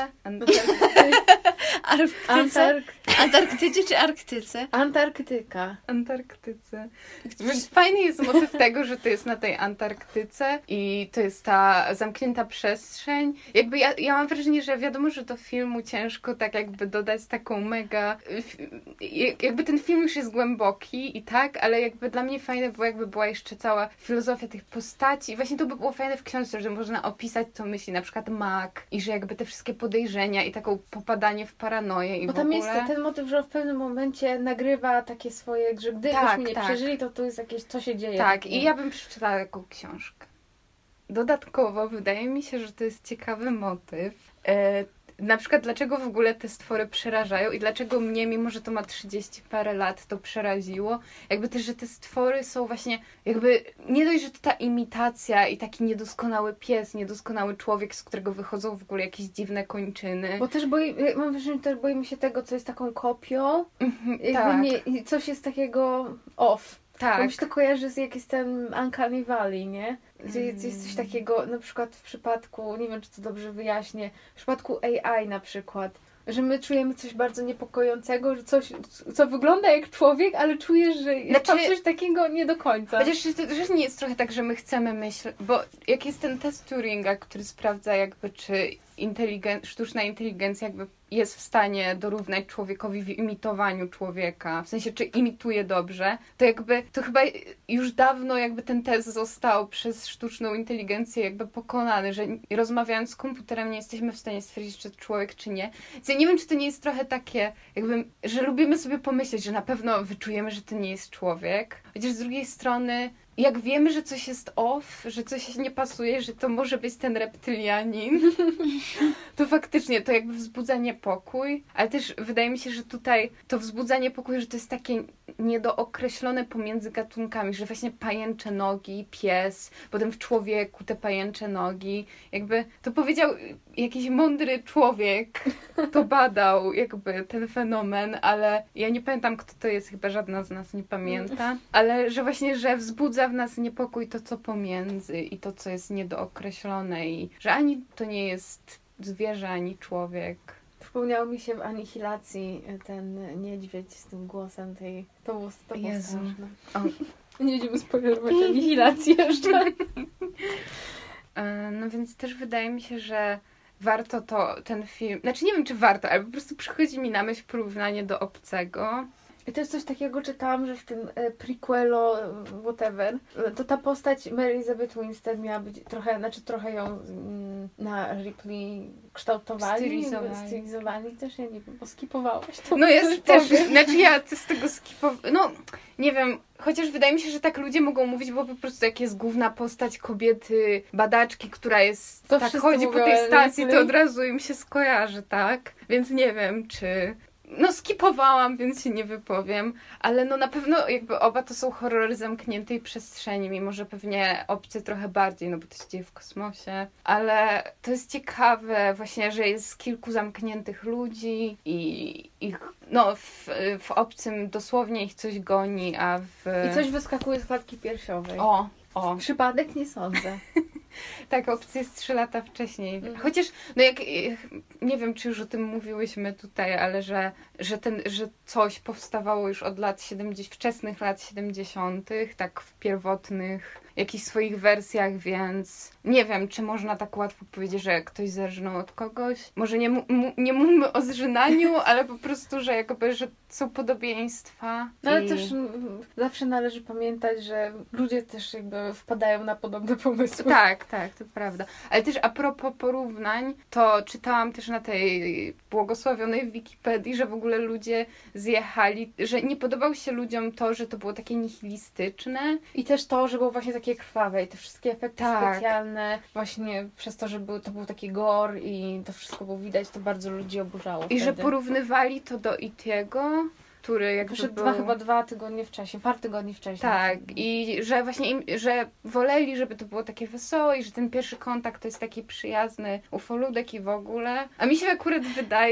Speaker 1: Antarktydzie czy Arktyce?
Speaker 2: Antarktyce.
Speaker 3: Więc fajny jest motyw tego, że to jest na tej Antarktyce i to jest ta zamknięta przestrzeń. Jakby ja mam wrażenie, że wiadomo, że do filmu ciężko tak jakby dodać taką mega... Jakby ten film już jest głęboki i tak, ale jakby dla mnie fajne było, jakby była jeszcze cała filozofia tych postaci. I właśnie to by było fajne w książce, że można opisać, co myśli na przykład Mac i że jakby te wszystkie podejrzenia i taką popadanie w paranoję i
Speaker 2: bo
Speaker 3: w ogóle.
Speaker 2: Bo tam jest ten motyw, że w pewnym momencie nagrywa takie swoje, że gdybyśmy nie przeżyli, to jest jakieś, co się dzieje.
Speaker 3: Tak, i ja bym przeczytała taką książkę. Dodatkowo wydaje mi się, że to jest ciekawy motyw. Na przykład dlaczego w ogóle te stwory przerażają i dlaczego mnie, mimo że to ma 30 parę lat, to przeraziło. Jakby też, że te stwory są właśnie jakby nie dość, że to ta imitacja i taki niedoskonały pies, niedoskonały człowiek, z którego wychodzą w ogóle jakieś dziwne kończyny.
Speaker 2: Bo też mam wrażenie, że też boimy się tego, co jest taką kopią.
Speaker 3: Tak.
Speaker 2: Coś jest takiego off.
Speaker 3: Tak.
Speaker 2: Bo mi się to kojarzy z jak jest ten Uncanny Valley, nie? Gdzie jest coś takiego, na przykład w przypadku, nie wiem, czy to dobrze wyjaśnię, w przypadku AI na przykład, że my czujemy coś bardzo niepokojącego, że coś, co wygląda jak człowiek, ale czujesz, że jest tam coś takiego nie do końca.
Speaker 3: Chociaż to nie jest trochę tak, że my chcemy myśleć, bo jak jest ten test Turinga, który sprawdza jakby, czy sztuczna inteligencja jakby jest w stanie dorównać człowiekowi w imitowaniu człowieka, w sensie, czy imituje dobrze, to jakby, to chyba już dawno jakby ten test został przez sztuczną inteligencję jakby pokonany, że rozmawiając z komputerem nie jesteśmy w stanie stwierdzić, czy to człowiek, czy nie. Więc ja nie wiem, czy to nie jest trochę takie, jakby, że lubimy sobie pomyśleć, że na pewno wyczujemy, że to nie jest człowiek, chociaż z drugiej strony jak wiemy, że coś jest off, że coś nie pasuje, że to może być ten reptylianin, to faktycznie to jakby wzbudza niepokój, ale też wydaje mi się, że tutaj to wzbudza niepokój, że to jest takie niedookreślone pomiędzy gatunkami, że właśnie pajęcze nogi, pies, potem w człowieku te pajęcze nogi, jakby to powiedział jakiś mądry człowiek, to badał jakby ten fenomen, ale ja nie pamiętam, kto to jest, chyba żadna z nas nie pamięta, ale że właśnie, że wzbudza w nas niepokój to, co pomiędzy i to, co jest niedookreślone i że ani to nie jest zwierzę, ani człowiek.
Speaker 2: Przypomniało mi się w Anihilacji ten niedźwiedź z tym głosem tej... To było straszne. Nie będziemy spoilerować Anihilacji jeszcze.
Speaker 3: No więc też wydaje mi się, że warto ten film... Znaczy nie wiem, czy warto, ale po prostu przychodzi mi na myśl porównanie do Obcego.
Speaker 2: I to jest coś takiego, czytałam, że w tym prequelu, whatever, to ta postać Mary Elizabeth Winstead miała być trochę ją na Ripley kształtowali, stylizowali też, ja nie wiem, bo skipowałaś to.
Speaker 3: No jest też, znaczy ja z tego skipowałam, no nie wiem, chociaż wydaje mi się, że tak ludzie mogą mówić, bo po prostu jak jest główna postać kobiety, badaczki, która jest,
Speaker 2: to
Speaker 3: tak chodzi po tej stacji, to od razu im się skojarzy, tak? Więc nie wiem, czy... No skipowałam, więc się nie wypowiem, ale no na pewno jakby oba to są horrory zamkniętej przestrzeni, mimo że pewnie Obcy trochę bardziej, no bo to się dzieje w kosmosie, ale to jest ciekawe właśnie, że jest kilku zamkniętych ludzi i ich, no w Obcym dosłownie ich coś goni, a
Speaker 2: I coś wyskakuje z klatki piersiowej.
Speaker 3: O.
Speaker 2: Przypadek? Nie sądzę.
Speaker 3: Tak, Obcy jest 3 lata wcześniej. Chociaż, no jak, nie wiem, czy już o tym mówiłyśmy tutaj, ale że coś powstawało już od lat 70, wczesnych lat 70., tak w pierwotnych jakichś swoich wersjach, więc nie wiem, czy można tak łatwo powiedzieć, że ktoś zerżnął od kogoś. Może nie mówmy o zżynaniu, ale po prostu, że jakby, że są podobieństwa.
Speaker 2: No ale też zawsze należy pamiętać, że ludzie też jakby wpadają na podobne pomysły.
Speaker 3: Tak, to prawda. Ale też a propos porównań, to czytałam też na tej błogosławionej Wikipedii, że w ogóle ludzie zjechali, że nie podobało się ludziom to, że to było takie nihilistyczne.
Speaker 2: I też to, że było właśnie takie krwawe i te wszystkie efekty specjalne, właśnie przez to, że to był taki gore i to wszystko było widać, to bardzo ludzi oburzało.
Speaker 3: I że porównywali to do E.T.'ego, który jakby
Speaker 2: wyszedł
Speaker 3: był...
Speaker 2: chyba 2 tygodnie wcześniej, parę tygodni wcześniej.
Speaker 3: Tak, i że właśnie że woleli, żeby to było takie wesołe i że ten pierwszy kontakt to jest taki przyjazny ufoludek i w ogóle. A mi się akurat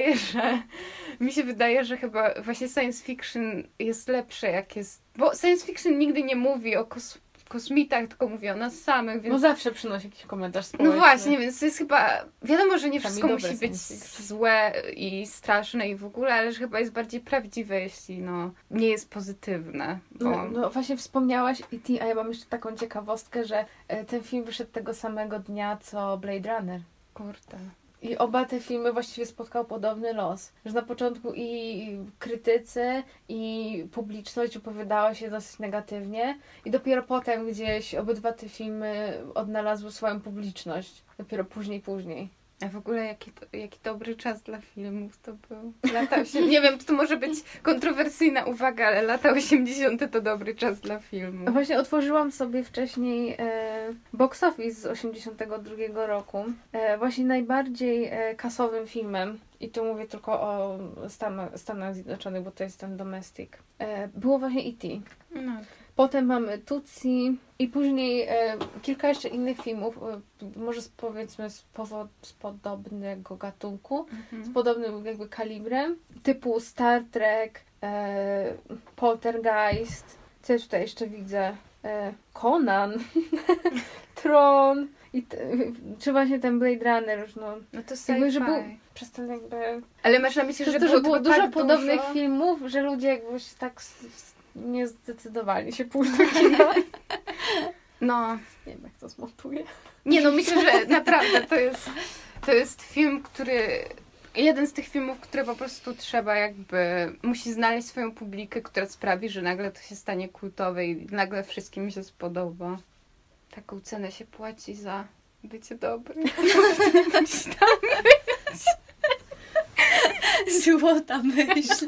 Speaker 3: wydaje, że chyba właśnie science fiction jest lepsze, jak jest... Bo science fiction nigdy nie mówi o kosmitach, tylko mówi o nas samych, więc...
Speaker 2: No zawsze przynosi jakiś komentarz społeczny.
Speaker 3: No właśnie, więc to jest chyba... Wiadomo, że nie wszystko musi być
Speaker 2: fiction.
Speaker 3: złe i straszne i w ogóle, ale że chyba jest bardziej prawdziwe, jeśli nie jest pozytywne. Bo...
Speaker 2: No właśnie wspomniałaś E.T., a ja mam jeszcze taką ciekawostkę, że ten film wyszedł tego samego dnia, co Blade Runner.
Speaker 3: Kurde.
Speaker 2: I oba te filmy właściwie spotkał podobny los. Że na początku i krytycy, i publiczność opowiadała się dosyć negatywnie. I dopiero potem gdzieś obydwa te filmy odnalazły swoją publiczność. Dopiero później.
Speaker 3: A w ogóle jaki dobry czas dla filmów to był. Nie wiem, to może być kontrowersyjna uwaga, ale lata 80. to dobry czas dla filmów.
Speaker 2: Właśnie otworzyłam sobie wcześniej Box Office z 82 roku. Właśnie najbardziej kasowym filmem, i tu mówię tylko o Stanach Zjednoczonych, bo to jest ten domestic, było właśnie E.T.
Speaker 3: No.
Speaker 2: Potem mamy Tutsi i później kilka jeszcze innych filmów, może powiedzmy z podobnego gatunku, z podobnym jakby kalibrem, typu Star Trek, Poltergeist, Co ja tutaj jeszcze widzę? Conan, Tron czy właśnie ten Blade Runner już,
Speaker 3: No to
Speaker 2: jakby, że
Speaker 3: sci-fi.
Speaker 2: był przez ten jakby...
Speaker 3: Ale masz na myśli,
Speaker 2: Przez
Speaker 3: że
Speaker 2: to, że było dużo
Speaker 3: tak
Speaker 2: podobnych filmów, że ludzie jakby się tak nie zdecydowali się pójść do kina.
Speaker 3: No.
Speaker 2: Nie wiem, jak to zmontuję.
Speaker 3: Nie, no myślę, że naprawdę to jest film, jeden z tych filmów, które po prostu trzeba musi znaleźć swoją publikę, która sprawi, że nagle to się stanie kultowe i nagle wszystkim się spodoba. Taką cenę się płaci za bycie dobrym.
Speaker 1: Złota myśl.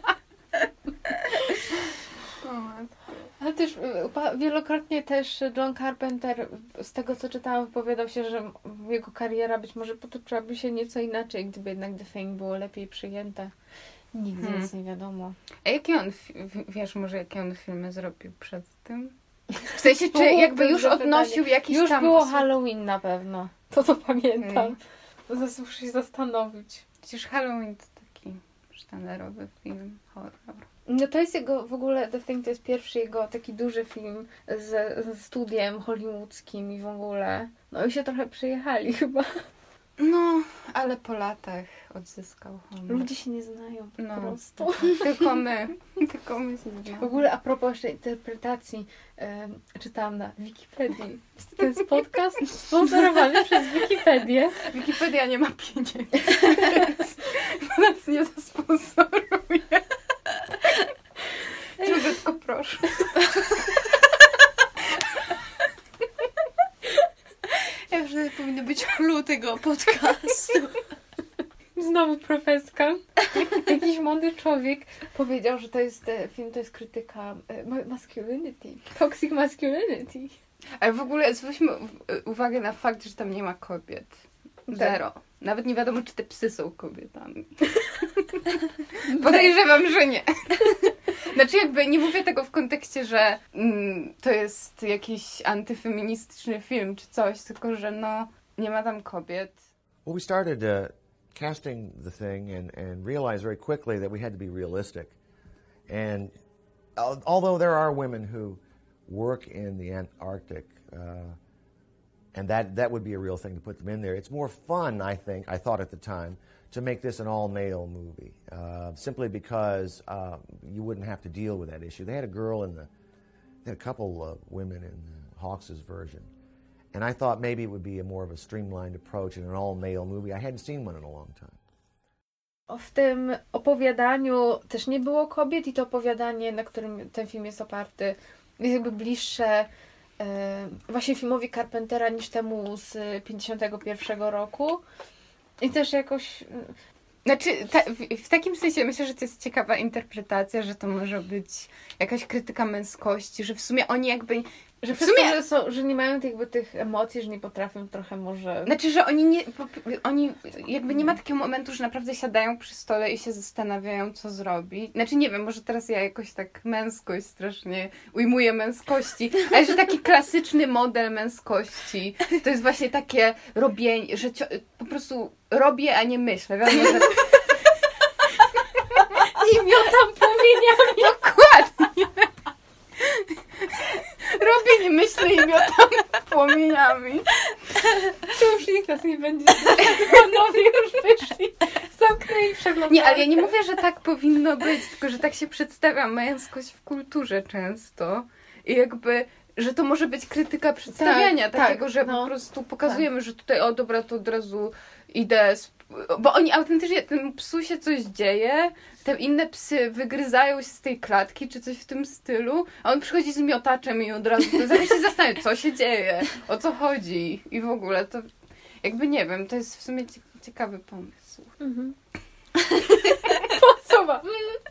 Speaker 2: Ale też wielokrotnie też John Carpenter, z tego co czytałam, wypowiadał się, że jego kariera być może potoczyłaby się nieco inaczej, gdyby jednak The Thing było lepiej przyjęte. Nigdy nic nie wiadomo.
Speaker 3: A jakie on, wiesz może jakie on filmy zrobił przed tym? W sensie, czy jakby już odnosił jakiś
Speaker 2: już
Speaker 3: tam...
Speaker 2: Już było Halloween na pewno. To pamiętam. Zaraz muszę się zastanowić.
Speaker 3: Przecież Halloween to taki sztandarowy film, horror.
Speaker 2: No to jest jego, w ogóle The Thing to jest pierwszy jego taki duży film ze studiem hollywoodzkim i w ogóle. No i się trochę przejechali chyba.
Speaker 3: No, ale po latach odzyskał honor.
Speaker 2: Ludzie się nie znają po prostu.
Speaker 3: Tylko my się nie znamy.
Speaker 2: W ogóle a propos jeszcze interpretacji, czytałam na Wikipedii. To jest podcast sponsorowany przez Wikipedię.
Speaker 3: Wikipedia nie ma pieniędzy, więc nas nie zasponsoruje. Tylko proszę.
Speaker 1: Ja już powinno być clue tego podcastu.
Speaker 2: Znowu profeska. Jakiś mądry człowiek powiedział, że to jest film, to jest krytyka masculinity. Toxic masculinity.
Speaker 3: Ale w ogóle zwróćmy uwagę na fakt, że tam nie ma kobiet. Zero. Nawet nie wiadomo, czy te psy są kobietami. Podejrzewam, że nie. Znaczy jakby nie mówię tego w kontekście, że to jest jakiś antyfeministyczny film czy coś, tylko że nie ma tam kobiet.
Speaker 6: Well, we started casting the thing and realized very quickly that we had to be realistic. And although there are women who work in the Antarctic, and that would be a real thing to put them in there. It's more fun, I thought at the time, to make this an all-male movie, simply because you wouldn't have to deal with that issue. They had a couple of women in the Hawks' version, and I thought maybe it would be more of a streamlined approach in an all-male movie. I hadn't seen one in a long time.
Speaker 2: W tym opowiadaniu też nie było kobiet i to opowiadanie, na którym ten film jest oparty, jest jakby bliższe właśnie filmowi Carpentera niż temu z 51 roku. I też jakoś...
Speaker 3: Znaczy, w takim sensie myślę, że to jest ciekawa interpretacja, że to może być jakaś krytyka męskości, że w sumie oni jakby...
Speaker 2: Że że nie mają jakby tych emocji, że nie potrafią trochę może...
Speaker 3: Znaczy, że oni jakby nie ma takiego momentu, że naprawdę siadają przy stole i się zastanawiają, co zrobić. Znaczy, nie wiem, może teraz ja jakoś tak męskość strasznie ujmuję męskości, ale że taki klasyczny model męskości to jest właśnie takie robienie, że po prostu robię, a nie myślę. Wiadomo, że...
Speaker 2: I miotam płomieniami.
Speaker 3: Dokładnie. Robię, nie myślę i miotam płomieniami.
Speaker 2: To już nikt nas nie będzie. Panowie już wyszli. Zamknęli i przeglądali.
Speaker 3: Nie, ale ja nie mówię, że tak powinno być, tylko że tak się przedstawia męskość w kulturze często. I jakby, że to może być krytyka przedstawiania takiego, że po prostu pokazujemy, że tutaj, o dobra, to od razu idę... Bo oni autentycznie, temu psu się coś dzieje, te inne psy wygryzają się z tej klatki, czy coś w tym stylu, a on przychodzi z miotaczem i od razu zamiast się zastanawiać, co się dzieje, o co chodzi i w ogóle to jakby nie wiem, to jest w sumie ciekawy pomysł.
Speaker 2: Mhm. Po co wam?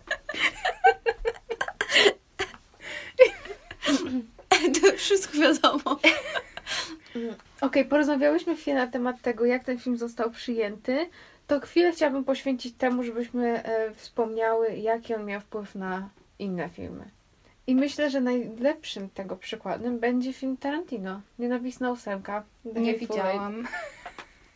Speaker 1: To wszystko wiadomo.
Speaker 2: Okej, porozmawiałyśmy chwilę na temat tego, jak ten film został przyjęty. To chwilę chciałabym poświęcić temu, żebyśmy wspomniały, jaki on miał wpływ na inne filmy. I myślę, że najlepszym tego przykładem będzie film Tarantino. Nienawistna ósemka.
Speaker 3: Nie widziałam.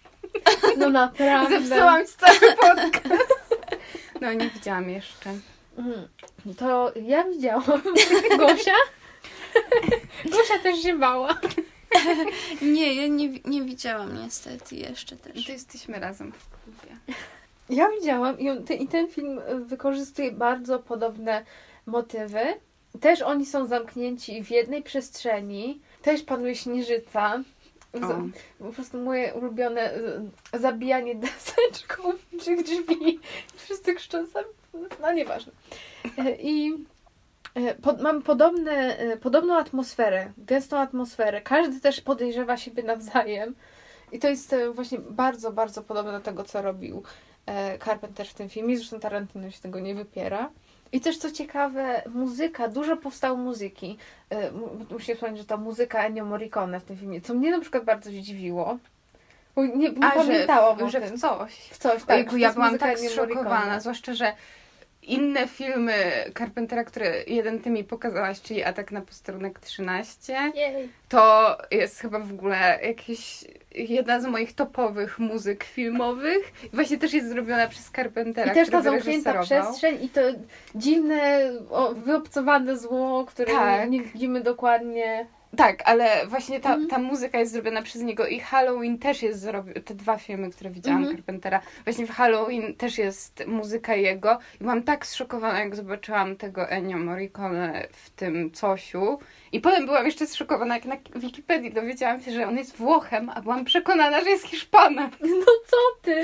Speaker 2: No naprawdę.
Speaker 3: Zepsułam ci cały podcast. No nie widziałam jeszcze.
Speaker 2: To ja widziałam. Gosia? Gosia też się bała.
Speaker 1: Nie, ja nie widziałam niestety jeszcze też.
Speaker 3: To jesteśmy razem w klubie.
Speaker 2: Ja widziałam i ten film wykorzystuje bardzo podobne motywy. Też oni są zamknięci w jednej przestrzeni. Też panuje śnieżyca. Po prostu moje ulubione zabijanie deseczką czy drzwi. Wszyscy krzyczą, no nieważne. I mamy podobną atmosferę, gęstą atmosferę. Każdy też podejrzewa siebie nawzajem. I to jest właśnie bardzo, bardzo podobne do tego, co robił Carpenter w tym filmie. Zresztą Tarantino się tego nie wypiera. I też co ciekawe, muzyka, dużo powstało muzyki. Muszę wspomnieć, że to muzyka Ennio Morricone w tym filmie, co mnie na przykład bardzo zdziwiło. Bo nie pamiętałam
Speaker 3: że
Speaker 2: o tym.
Speaker 3: w coś.
Speaker 2: W coś, tak.
Speaker 3: Ojku, ja byłam tak
Speaker 2: Ennio
Speaker 3: zszokowana,
Speaker 2: Morricone.
Speaker 3: zwłaszcza, że inne filmy Carpentera, które jeden ty mi pokazałaś, czyli Atak na posterunek 13,
Speaker 2: Jej.
Speaker 3: to jest chyba w ogóle jedna z moich topowych muzyk filmowych. I właśnie też jest zrobiona przez Carpentera,
Speaker 2: I też ta
Speaker 3: który
Speaker 2: zamknięta
Speaker 3: wyreżyserował.
Speaker 2: przestrzeń i to dziwne, wyobcowane zło, które
Speaker 3: Tak.
Speaker 2: nie widzimy dokładnie.
Speaker 3: Tak, ale właśnie ta muzyka jest zrobiona przez niego i Halloween też jest zrobiona, te dwa filmy, które widziałam Carpentera, właśnie w Halloween też jest muzyka jego i byłam tak zszokowana, jak zobaczyłam tego Ennio Morricone w tym Cosiu i potem byłam jeszcze zszokowana, jak na Wikipedii dowiedziałam się, że on jest Włochem, a byłam przekonana, że jest Hiszpanem.
Speaker 2: No co ty?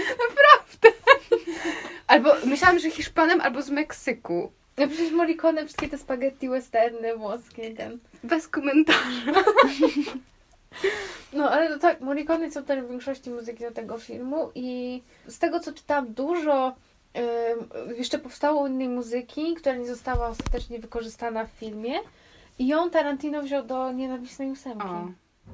Speaker 3: Albo myślałam, że Hiszpanem albo z Meksyku.
Speaker 2: No przecież Morricone, wszystkie te spaghetti westerny włoskie, ten.
Speaker 3: Bez komentarza.
Speaker 2: No ale to tak, Morricone są też w większości muzyki do tego filmu i z tego co czytałam, dużo jeszcze powstało innej muzyki, która nie została ostatecznie wykorzystana w filmie i ją Tarantino wziął do Nienawistnej ósemki.
Speaker 3: O.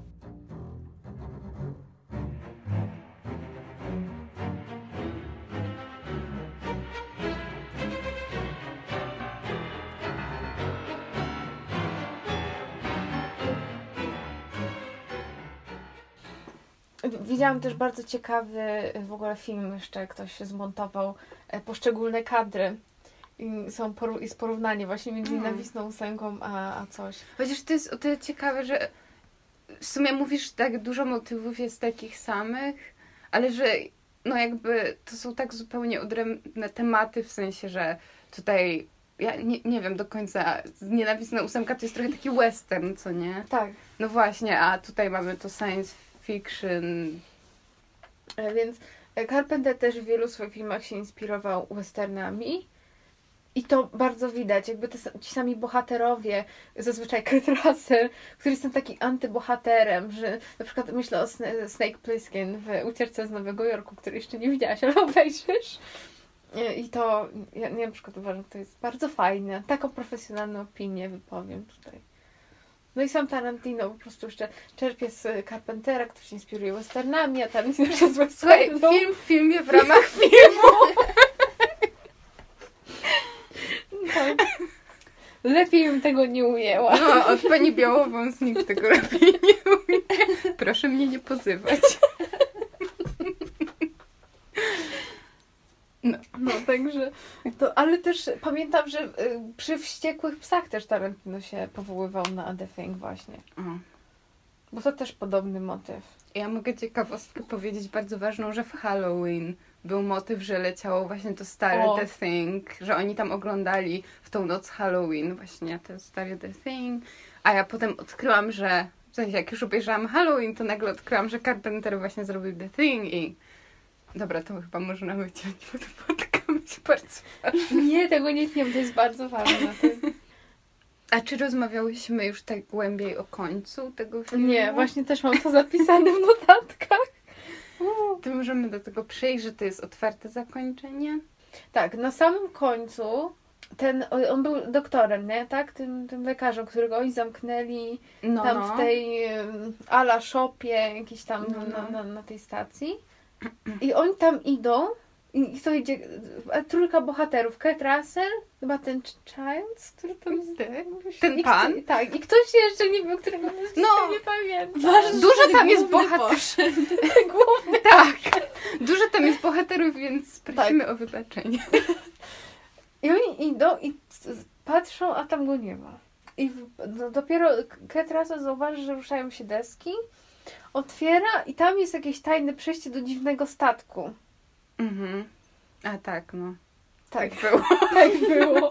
Speaker 2: Widziałam też bardzo ciekawy w ogóle film, jeszcze ktoś zmontował poszczególne kadry. I jest porównanie właśnie między Nienawistną ósemką a coś.
Speaker 3: Chociaż to jest o tyle ciekawe, że w sumie mówisz, że tak dużo motywów jest takich samych, ale że no jakby to są tak zupełnie odrębne tematy, w sensie, że tutaj ja nie wiem do końca, Nienawistna ósemka to jest trochę taki western, co nie?
Speaker 2: Tak.
Speaker 3: No właśnie, a tutaj mamy to science fiction.
Speaker 2: Więc Carpenter też w wielu swoich filmach się inspirował westernami. I to bardzo widać, jakby ci sami bohaterowie, zazwyczaj Kurt Russell, który jest tam taki antybohaterem, że na przykład myślę o Snake Plissken w Ucieczce z Nowego Jorku, który jeszcze nie widziałaś, ale obejrzysz. I to, ja na przykład uważam, że to jest bardzo fajne. Taką profesjonalną opinię wypowiem tutaj. No i sam Tarantino po prostu jeszcze czerpie z Carpentera, który się inspiruje westernami, a Tarantino się z westernu.
Speaker 3: Film w filmie w ramach filmu.
Speaker 2: Tak. Lepiej bym tego nie ujęła.
Speaker 3: No, od pani Białowąs nikt tego lepiej nie umie. Proszę mnie nie pozywać.
Speaker 2: No, także to, ale też pamiętam, że przy Wściekłych psach też Tarantino się powoływał na The Thing właśnie. Bo to też podobny motyw.
Speaker 3: Ja mogę ciekawostkę powiedzieć bardzo ważną, że w Halloween był motyw, że leciało właśnie to stare The Thing, że oni tam oglądali w tą noc Halloween właśnie to stare The Thing, a ja potem odkryłam, że w sensie jak już obejrzałam Halloween, to nagle odkryłam, że Carpenter właśnie zrobił The Thing i dobra, to chyba można wyciąć, bo to spotkamy się bardzo ważne.
Speaker 2: Nie, tego nie wiem, to jest bardzo ważne.
Speaker 3: A czy rozmawiałyśmy już tak głębiej o końcu tego filmu?
Speaker 2: Nie, właśnie też mam to zapisane w notatkach.
Speaker 3: To możemy do tego przejść, że to jest otwarte zakończenie?
Speaker 2: Tak, na samym końcu on był doktorem, nie? Tak? Tym lekarzem, którego oni zamknęli w tej ala shopie, jakiś tam na tej stacji. I oni tam idą i kto idzie? Trójka bohaterów. Kurt Russell, chyba ten Childs, który tam jest.
Speaker 3: Ten pan?
Speaker 2: Tak, i ktoś jeszcze nie wiem, którego nie pamiętam.
Speaker 3: Dużo tam jest bohaterów.
Speaker 2: Główny.
Speaker 3: Tak. Dużo tam jest bohaterów, więc prosimy o wybaczenie.
Speaker 2: I oni idą i patrzą, a tam go nie ma. I dopiero Kurt Russell zauważy, że ruszają się deski, otwiera i tam jest jakieś tajne przejście do dziwnego statku.
Speaker 3: Mhm. A tak, no.
Speaker 2: Tak
Speaker 3: było.
Speaker 2: Tak było.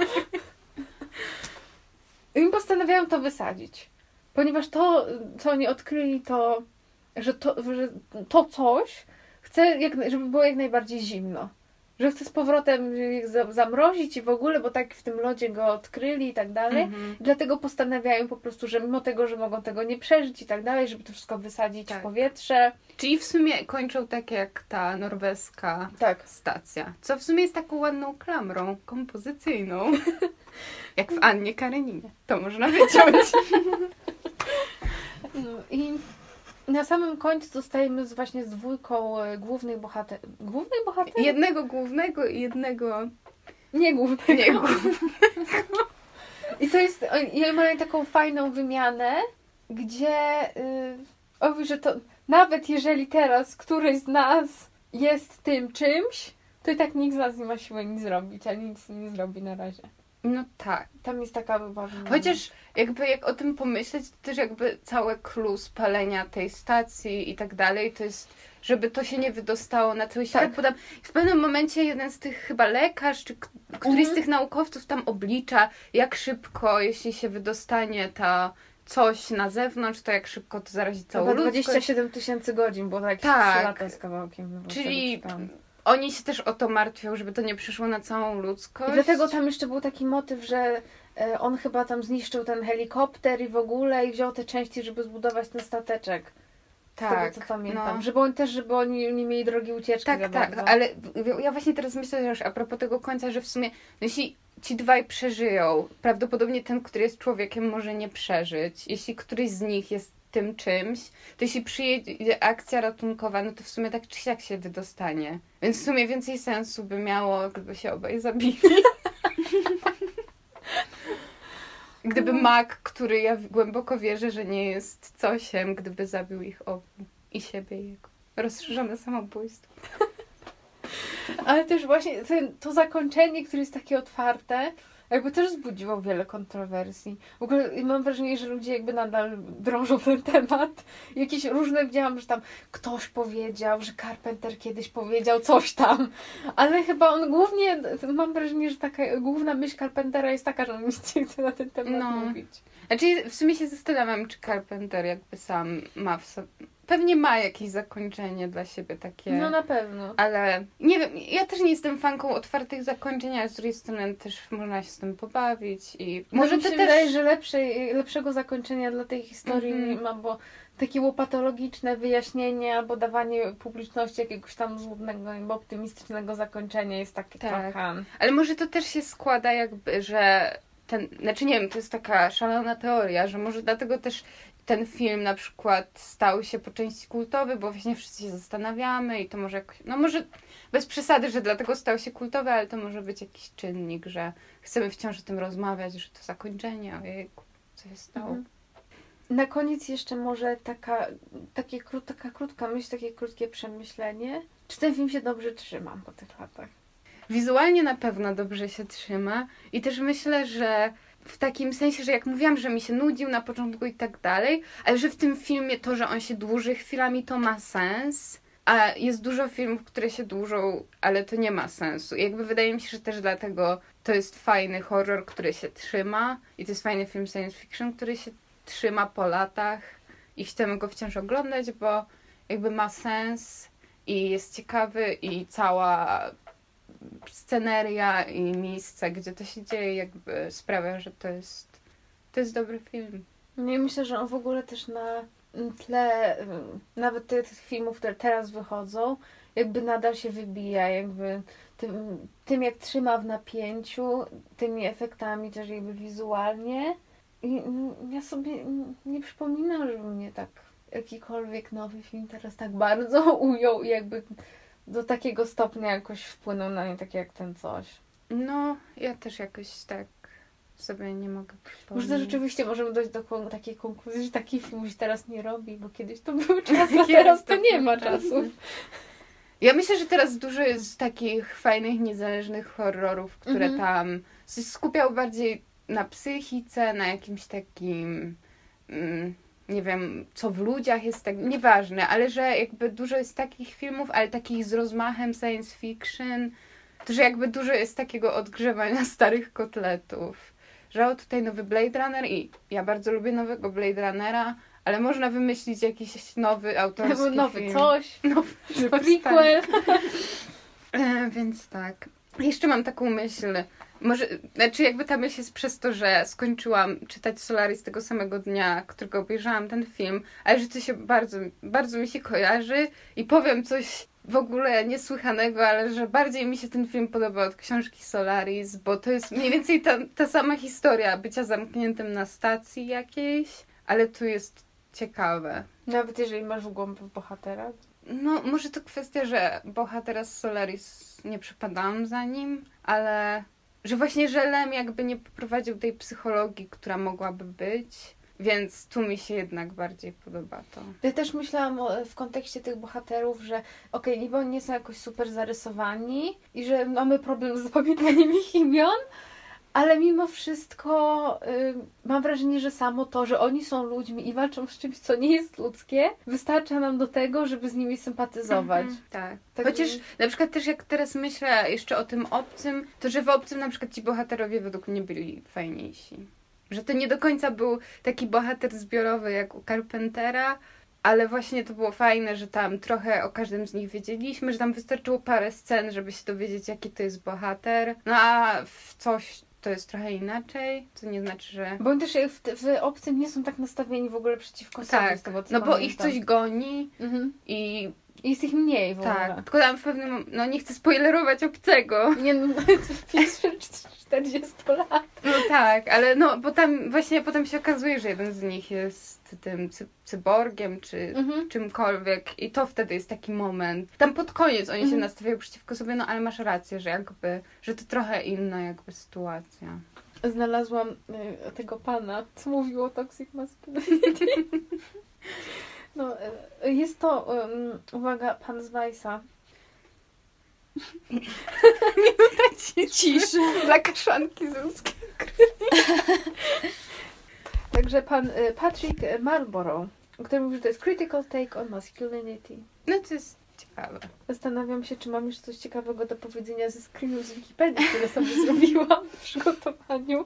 Speaker 2: I postanawiają to wysadzić. Ponieważ to, co oni odkryli, to, że to coś chce, żeby było jak najbardziej zimno. Że chce z powrotem ich zamrozić i w ogóle, bo tak w tym lodzie go odkryli i tak dalej. Dlatego postanawiają po prostu, że mimo tego, że mogą tego nie przeżyć i tak dalej, żeby to wszystko wysadzić w powietrze.
Speaker 3: Czyli w sumie kończą tak jak ta norweska stacja. Co w sumie jest taką ładną klamrą kompozycyjną. Jak w Annie Kareninie. To można wyciąć.
Speaker 2: No i na samym końcu zostajemy właśnie z dwójką głównych bohaterów. Głównych bohaterów?
Speaker 3: Jednego głównego i jednego...
Speaker 2: Nie głównego. I to jest... I mają taką fajną wymianę, gdzie mówi, że to nawet jeżeli teraz któryś z nas jest tym czymś, to i tak nikt z nas nie ma siły nic zrobić, a nic nie zrobi na razie.
Speaker 3: No tak.
Speaker 2: Tam jest taka wybawiona.
Speaker 3: Chociaż jakby jak o tym pomyśleć, to też jakby całe clue spalenia tej stacji i tak dalej, to jest, żeby to się nie wydostało na cały świat. Bo tam w pewnym momencie jeden z tych chyba lekarz, czy któryś z tych naukowców tam oblicza, jak szybko, jeśli się wydostanie ta coś na zewnątrz, to jak szybko to zarazi całą ludzkość.
Speaker 2: 27 000 godzin, bo tak 3 lata z kawałkiem.
Speaker 3: Czyli oni się też o to martwią, żeby to nie przyszło na całą ludzkość.
Speaker 2: I dlatego tam jeszcze był taki motyw, że on chyba tam zniszczył ten helikopter i w ogóle i wziął te części, żeby zbudować ten stateczek.
Speaker 3: Tak,
Speaker 2: z tego co pamiętam. No. Żeby oni nie mieli drogi ucieczki.
Speaker 3: Tak, ale ja właśnie teraz myślę, że już a propos tego końca, że w sumie jeśli ci dwaj przeżyją, prawdopodobnie ten, który jest człowiekiem, może nie przeżyć. Jeśli któryś z nich jest tym czymś, to jeśli przyjedzie akcja ratunkowa, no to w sumie tak czy siak się wydostanie. Więc w sumie więcej sensu by miało, gdyby się obaj zabili. Gdyby Mac, który ja głęboko wierzę, że nie jest cosiem, gdyby zabił ich obu i siebie i jego rozszerzone samobójstwo.
Speaker 2: Ale też właśnie to zakończenie, które jest takie otwarte, jakby też wzbudziło wiele kontrowersji. W ogóle mam wrażenie, że ludzie jakby nadal drążą ten temat. Jakieś różne widziałam, że tam ktoś powiedział, że Carpenter kiedyś powiedział coś tam. Ale chyba on głównie, mam wrażenie, że taka główna myśl Carpentera jest taka, że on nic nie chce na ten temat mówić.
Speaker 3: Znaczy w sumie się zastanawiam, czy Carpenter jakby sam ma w sobie... Pewnie ma jakieś zakończenie dla siebie takie.
Speaker 2: No na pewno.
Speaker 3: Ale nie wiem, ja też nie jestem fanką otwartych zakończeń, ale z drugiej strony też można się z tym pobawić i
Speaker 2: może mi się wydaje, że lepszego zakończenia dla tej historii nie ma, bo takie łopatologiczne wyjaśnienie albo dawanie publiczności jakiegoś tam złudnego albo optymistycznego zakończenia jest takie trochę.
Speaker 3: Ale może to też się składa jakby, że znaczy nie wiem, to jest taka szalona teoria, że może dlatego też ten film na przykład stał się po części kultowy, bo właśnie wszyscy się zastanawiamy i to może jakoś, no może bez przesady, że dlatego stał się kultowy, ale to może być jakiś czynnik, że chcemy wciąż o tym rozmawiać, że to zakończenie, ojejku, co się stało.
Speaker 2: Na koniec jeszcze może taka krótka myśl, takie krótkie przemyślenie. Czy ten film się dobrze trzyma po tych latach?
Speaker 3: Wizualnie na pewno dobrze się trzyma i też myślę, że w takim sensie, że jak mówiłam, że mi się nudził na początku i tak dalej, ale że w tym filmie to, że on się dłuży chwilami, to ma sens, a jest dużo filmów, które się dłużą, ale to nie ma sensu. I jakby wydaje mi się, że też dlatego to jest fajny horror, który się trzyma i to jest fajny film science fiction, który się trzyma po latach i chcemy go wciąż oglądać, bo jakby ma sens i jest ciekawy i cała sceneria i miejsce, gdzie to się dzieje, jakby sprawia, że to jest dobry film.
Speaker 2: No i myślę, że on w ogóle też na tle nawet tych filmów, które teraz wychodzą, jakby nadal się wybija, jakby tym jak trzyma w napięciu, tymi efektami też jakby wizualnie. I ja sobie nie przypominam, żeby mnie tak jakikolwiek nowy film teraz tak bardzo ujął i jakby do takiego stopnia jakoś wpłynął na nie, tak jak ten coś.
Speaker 3: No, ja też jakoś tak sobie nie mogę przypomnieć.
Speaker 2: Może rzeczywiście możemy dojść do takiej konkluzji, że taki film się teraz nie robi, bo kiedyś to były czasy, a teraz to nie ma czasu.
Speaker 3: Ja myślę, że teraz dużo jest takich fajnych, niezależnych horrorów, które tam skupiały bardziej na psychice, na jakimś takim... nie wiem, co w ludziach jest tak, nieważne, ale że jakby dużo jest takich filmów, ale takich z rozmachem science fiction, to że jakby dużo jest takiego odgrzewania starych kotletów. Że o, tutaj nowy Blade Runner i ja bardzo lubię nowego Blade Runnera, ale można wymyślić jakiś nowy autorski
Speaker 2: nowy
Speaker 3: film.
Speaker 2: coś,
Speaker 3: nowy
Speaker 2: prequel.
Speaker 3: Więc tak. Jeszcze mam taką myśl. Może, znaczy jakby ta myśl jest przez to, że skończyłam czytać Solaris tego samego dnia, którego obejrzałam ten film, ale że to się bardzo mi się kojarzy i powiem coś w ogóle niesłychanego, ale że bardziej mi się ten film podoba od książki Solaris, bo to jest mniej więcej ta sama historia bycia zamkniętym na stacji jakiejś, ale tu jest ciekawe.
Speaker 2: Nawet jeżeli masz w głowie bohatera?
Speaker 3: No, może to kwestia, że bohatera z Solaris nie przypadałam za nim, ale że właśnie, że Lem jakby nie poprowadził tej psychologii, która mogłaby być, więc tu mi się jednak bardziej podoba to.
Speaker 2: Ja też myślałam w kontekście tych bohaterów, że niby oni nie są jakoś super zarysowani i że mamy problem z zapamiętaniem ich imion, ale mimo wszystko mam wrażenie, że samo to, że oni są ludźmi i walczą z czymś, co nie jest ludzkie, wystarcza nam do tego, żeby z nimi sympatyzować.
Speaker 3: Tak.
Speaker 2: Tak.
Speaker 3: Chociaż na przykład też jak teraz myślę jeszcze o tym Obcym, to że w Obcym na przykład ci bohaterowie według mnie byli fajniejsi. Że to nie do końca był taki bohater zbiorowy jak u Carpentera, ale właśnie to było fajne, że tam trochę o każdym z nich wiedzieliśmy, że tam wystarczyło parę scen, żeby się dowiedzieć, jaki to jest bohater. No a w coś to jest trochę inaczej, co nie znaczy, że...
Speaker 2: Bo oni też w Obcym nie są tak nastawieni w ogóle przeciwko sobie.
Speaker 3: Tak,
Speaker 2: z tego, co
Speaker 3: no bo
Speaker 2: pamiętam.
Speaker 3: ich coś goni
Speaker 2: I jest ich mniej w ogóle.
Speaker 3: tak, tylko tam w pewnym... No nie chcę spoilerować Obcego.
Speaker 2: Nie no, 40 lat.
Speaker 3: No tak, ale no, bo tam właśnie potem się okazuje, że jeden z nich jest tym cyborgiem, czy czymkolwiek i to wtedy jest taki moment. Tam pod koniec oni się nastawiają przeciwko sobie, no ale masz rację, że jakby, że to trochę inna jakby sytuacja.
Speaker 2: Znalazłam tego pana, co mówił o toxic masculinity. No, jest to, uwaga, pan z Weissa.
Speaker 3: Minuta ciszy dla kaszanki z ludzkiej krwi.
Speaker 2: Także pan Patrick Marlborough, który mówi, że to jest critical take on masculinity.
Speaker 3: No to jest ciekawe.
Speaker 2: Zastanawiam się, czy mam jeszcze coś ciekawego do powiedzenia ze screenów z Wikipedii, które sobie zrobiłam w przygotowaniu.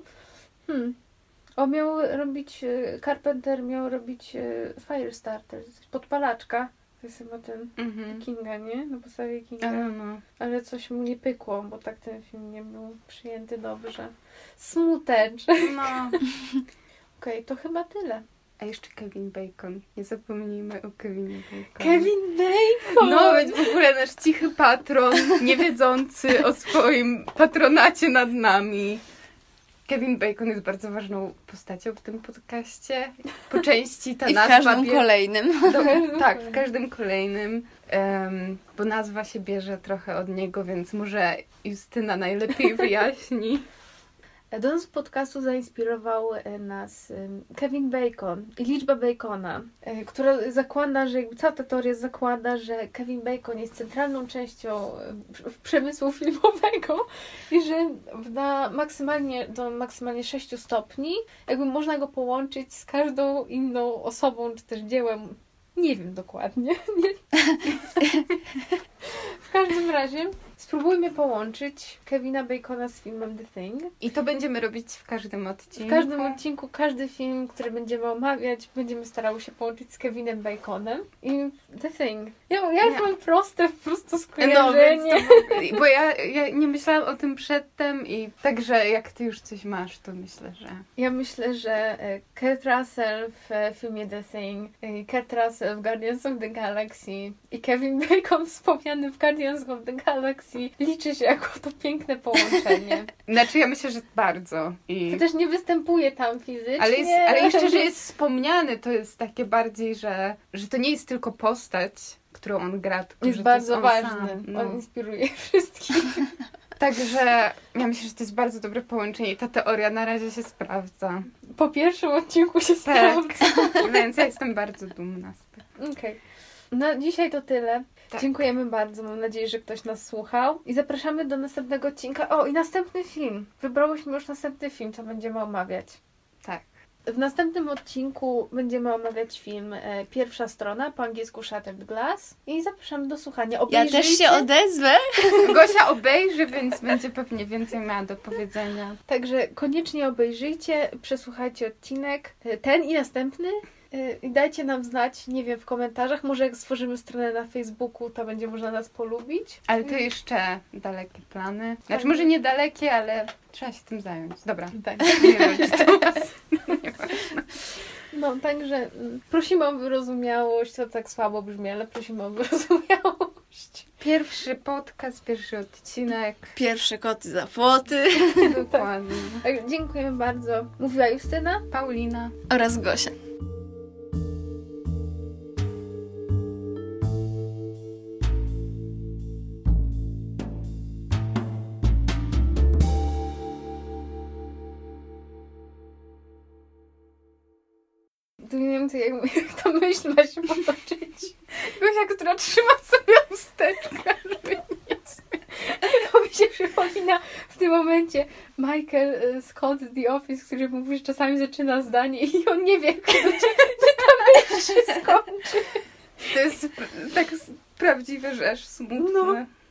Speaker 2: Carpenter miał robić Firestarter, podpalaczka. To jest chyba ten Kinga, nie? Na podstawie Kinga.
Speaker 3: No.
Speaker 2: Ale coś mu nie pykło, bo tak ten film nie był przyjęty dobrze. Smutecz.
Speaker 3: No.
Speaker 2: Okej, to chyba tyle.
Speaker 3: A jeszcze Kevin Bacon. Nie zapomnijmy o Kevinie Baconie.
Speaker 2: Kevin Bacon!
Speaker 3: No, więc w ogóle nasz cichy patron, niewiedzący o swoim patronacie nad nami. Kevin Bacon jest bardzo ważną postacią w tym podcaście. Po części ta
Speaker 1: I w
Speaker 3: nazwa...
Speaker 1: każdym kolejnym.
Speaker 3: Tak, w każdym kolejnym. Bo nazwa się bierze trochę od niego, więc może Justyna najlepiej wyjaśni.
Speaker 2: Do nas podcastu zainspirował nas Kevin Bacon i liczba Bacona, która zakłada, że jakby cała ta teoria zakłada, że Kevin Bacon jest centralną częścią przemysłu filmowego i że do maksymalnie 6 stopni jakby można go połączyć z każdą inną osobą, czy też dziełem. Nie wiem dokładnie. W każdym razie spróbujmy połączyć Kevina Bacona z filmem The Thing.
Speaker 3: I to będziemy robić w każdym odcinku.
Speaker 2: W każdym odcinku, każdy film, który będziemy omawiać, będziemy starały się połączyć z Kevinem Baconem i The Thing. Ja mam proste po prostu skojarzenie.
Speaker 3: No, bo ja nie myślałam o tym przedtem i także jak ty już coś masz, to myślę, że...
Speaker 2: Ja myślę, że Kurt Russell w filmie The Thing, Kurt Russell w Guardians of the Galaxy i Kevin Bacon wspomniany w Guardians of the Galaxy liczy się jako to piękne połączenie.
Speaker 3: Znaczy ja myślę, że bardzo.
Speaker 2: To też nie występuje tam fizycznie.
Speaker 3: Ale jeszcze, że jest wspomniany, to jest takie bardziej, że to nie jest tylko postać, którą on gra, tylko
Speaker 2: jest
Speaker 3: że
Speaker 2: bardzo
Speaker 3: to jest
Speaker 2: ważny.
Speaker 3: Sam. No.
Speaker 2: On inspiruje wszystkich.
Speaker 3: Także ja myślę, że to jest bardzo dobre połączenie i ta teoria na razie się sprawdza.
Speaker 2: Po pierwszym odcinku się sprawdza.
Speaker 3: Więc ja jestem bardzo dumna z tego.
Speaker 2: Okej. Na dzisiaj to tyle. Tak. Dziękujemy bardzo. Mam nadzieję, że ktoś nas słuchał. I zapraszamy do następnego odcinka. O, i następny film. Wybrałyśmy już następny film, co będziemy omawiać.
Speaker 3: Tak.
Speaker 2: W następnym odcinku będziemy omawiać film Pierwsza strona, po angielsku Shattered Glass. I zapraszamy do słuchania.
Speaker 1: Obejrzyjcie. Ja też się odezwę.
Speaker 3: Gosia obejrzy, więc będzie pewnie więcej miała do powiedzenia.
Speaker 2: Także koniecznie obejrzyjcie, przesłuchajcie odcinek, ten i następny. I dajcie nam znać, nie wiem, w komentarzach. Może jak stworzymy stronę na Facebooku, to będzie można nas polubić.
Speaker 3: Ale to jeszcze dalekie plany. Znaczy może nie dalekie, ale trzeba się tym zająć. Dobra.
Speaker 2: Tak.
Speaker 3: Nie wiem, czy to was...
Speaker 2: No, także prosimy o wyrozumiałość. To tak słabo brzmi, ale prosimy o wyrozumiałość.
Speaker 3: Pierwszy podcast, pierwszy odcinek.
Speaker 1: Pierwsze koty za płoty.
Speaker 3: Dokładnie.
Speaker 2: Tak, dziękujemy bardzo. Mówiła Justyna,
Speaker 3: Paulina
Speaker 1: oraz Gosia.
Speaker 2: Tu nie wiem, jak to myśl ma się potoczyć. Gosia, która trzyma sobie usteczkę, żeby nie... To mi się przypomina w tym momencie Michael Scott z The Office, który mówi, że czasami zaczyna zdanie i on nie wie, gdzie ta myśl się skończy.
Speaker 3: To jest tak prawdziwe, że aż smutne.
Speaker 2: No.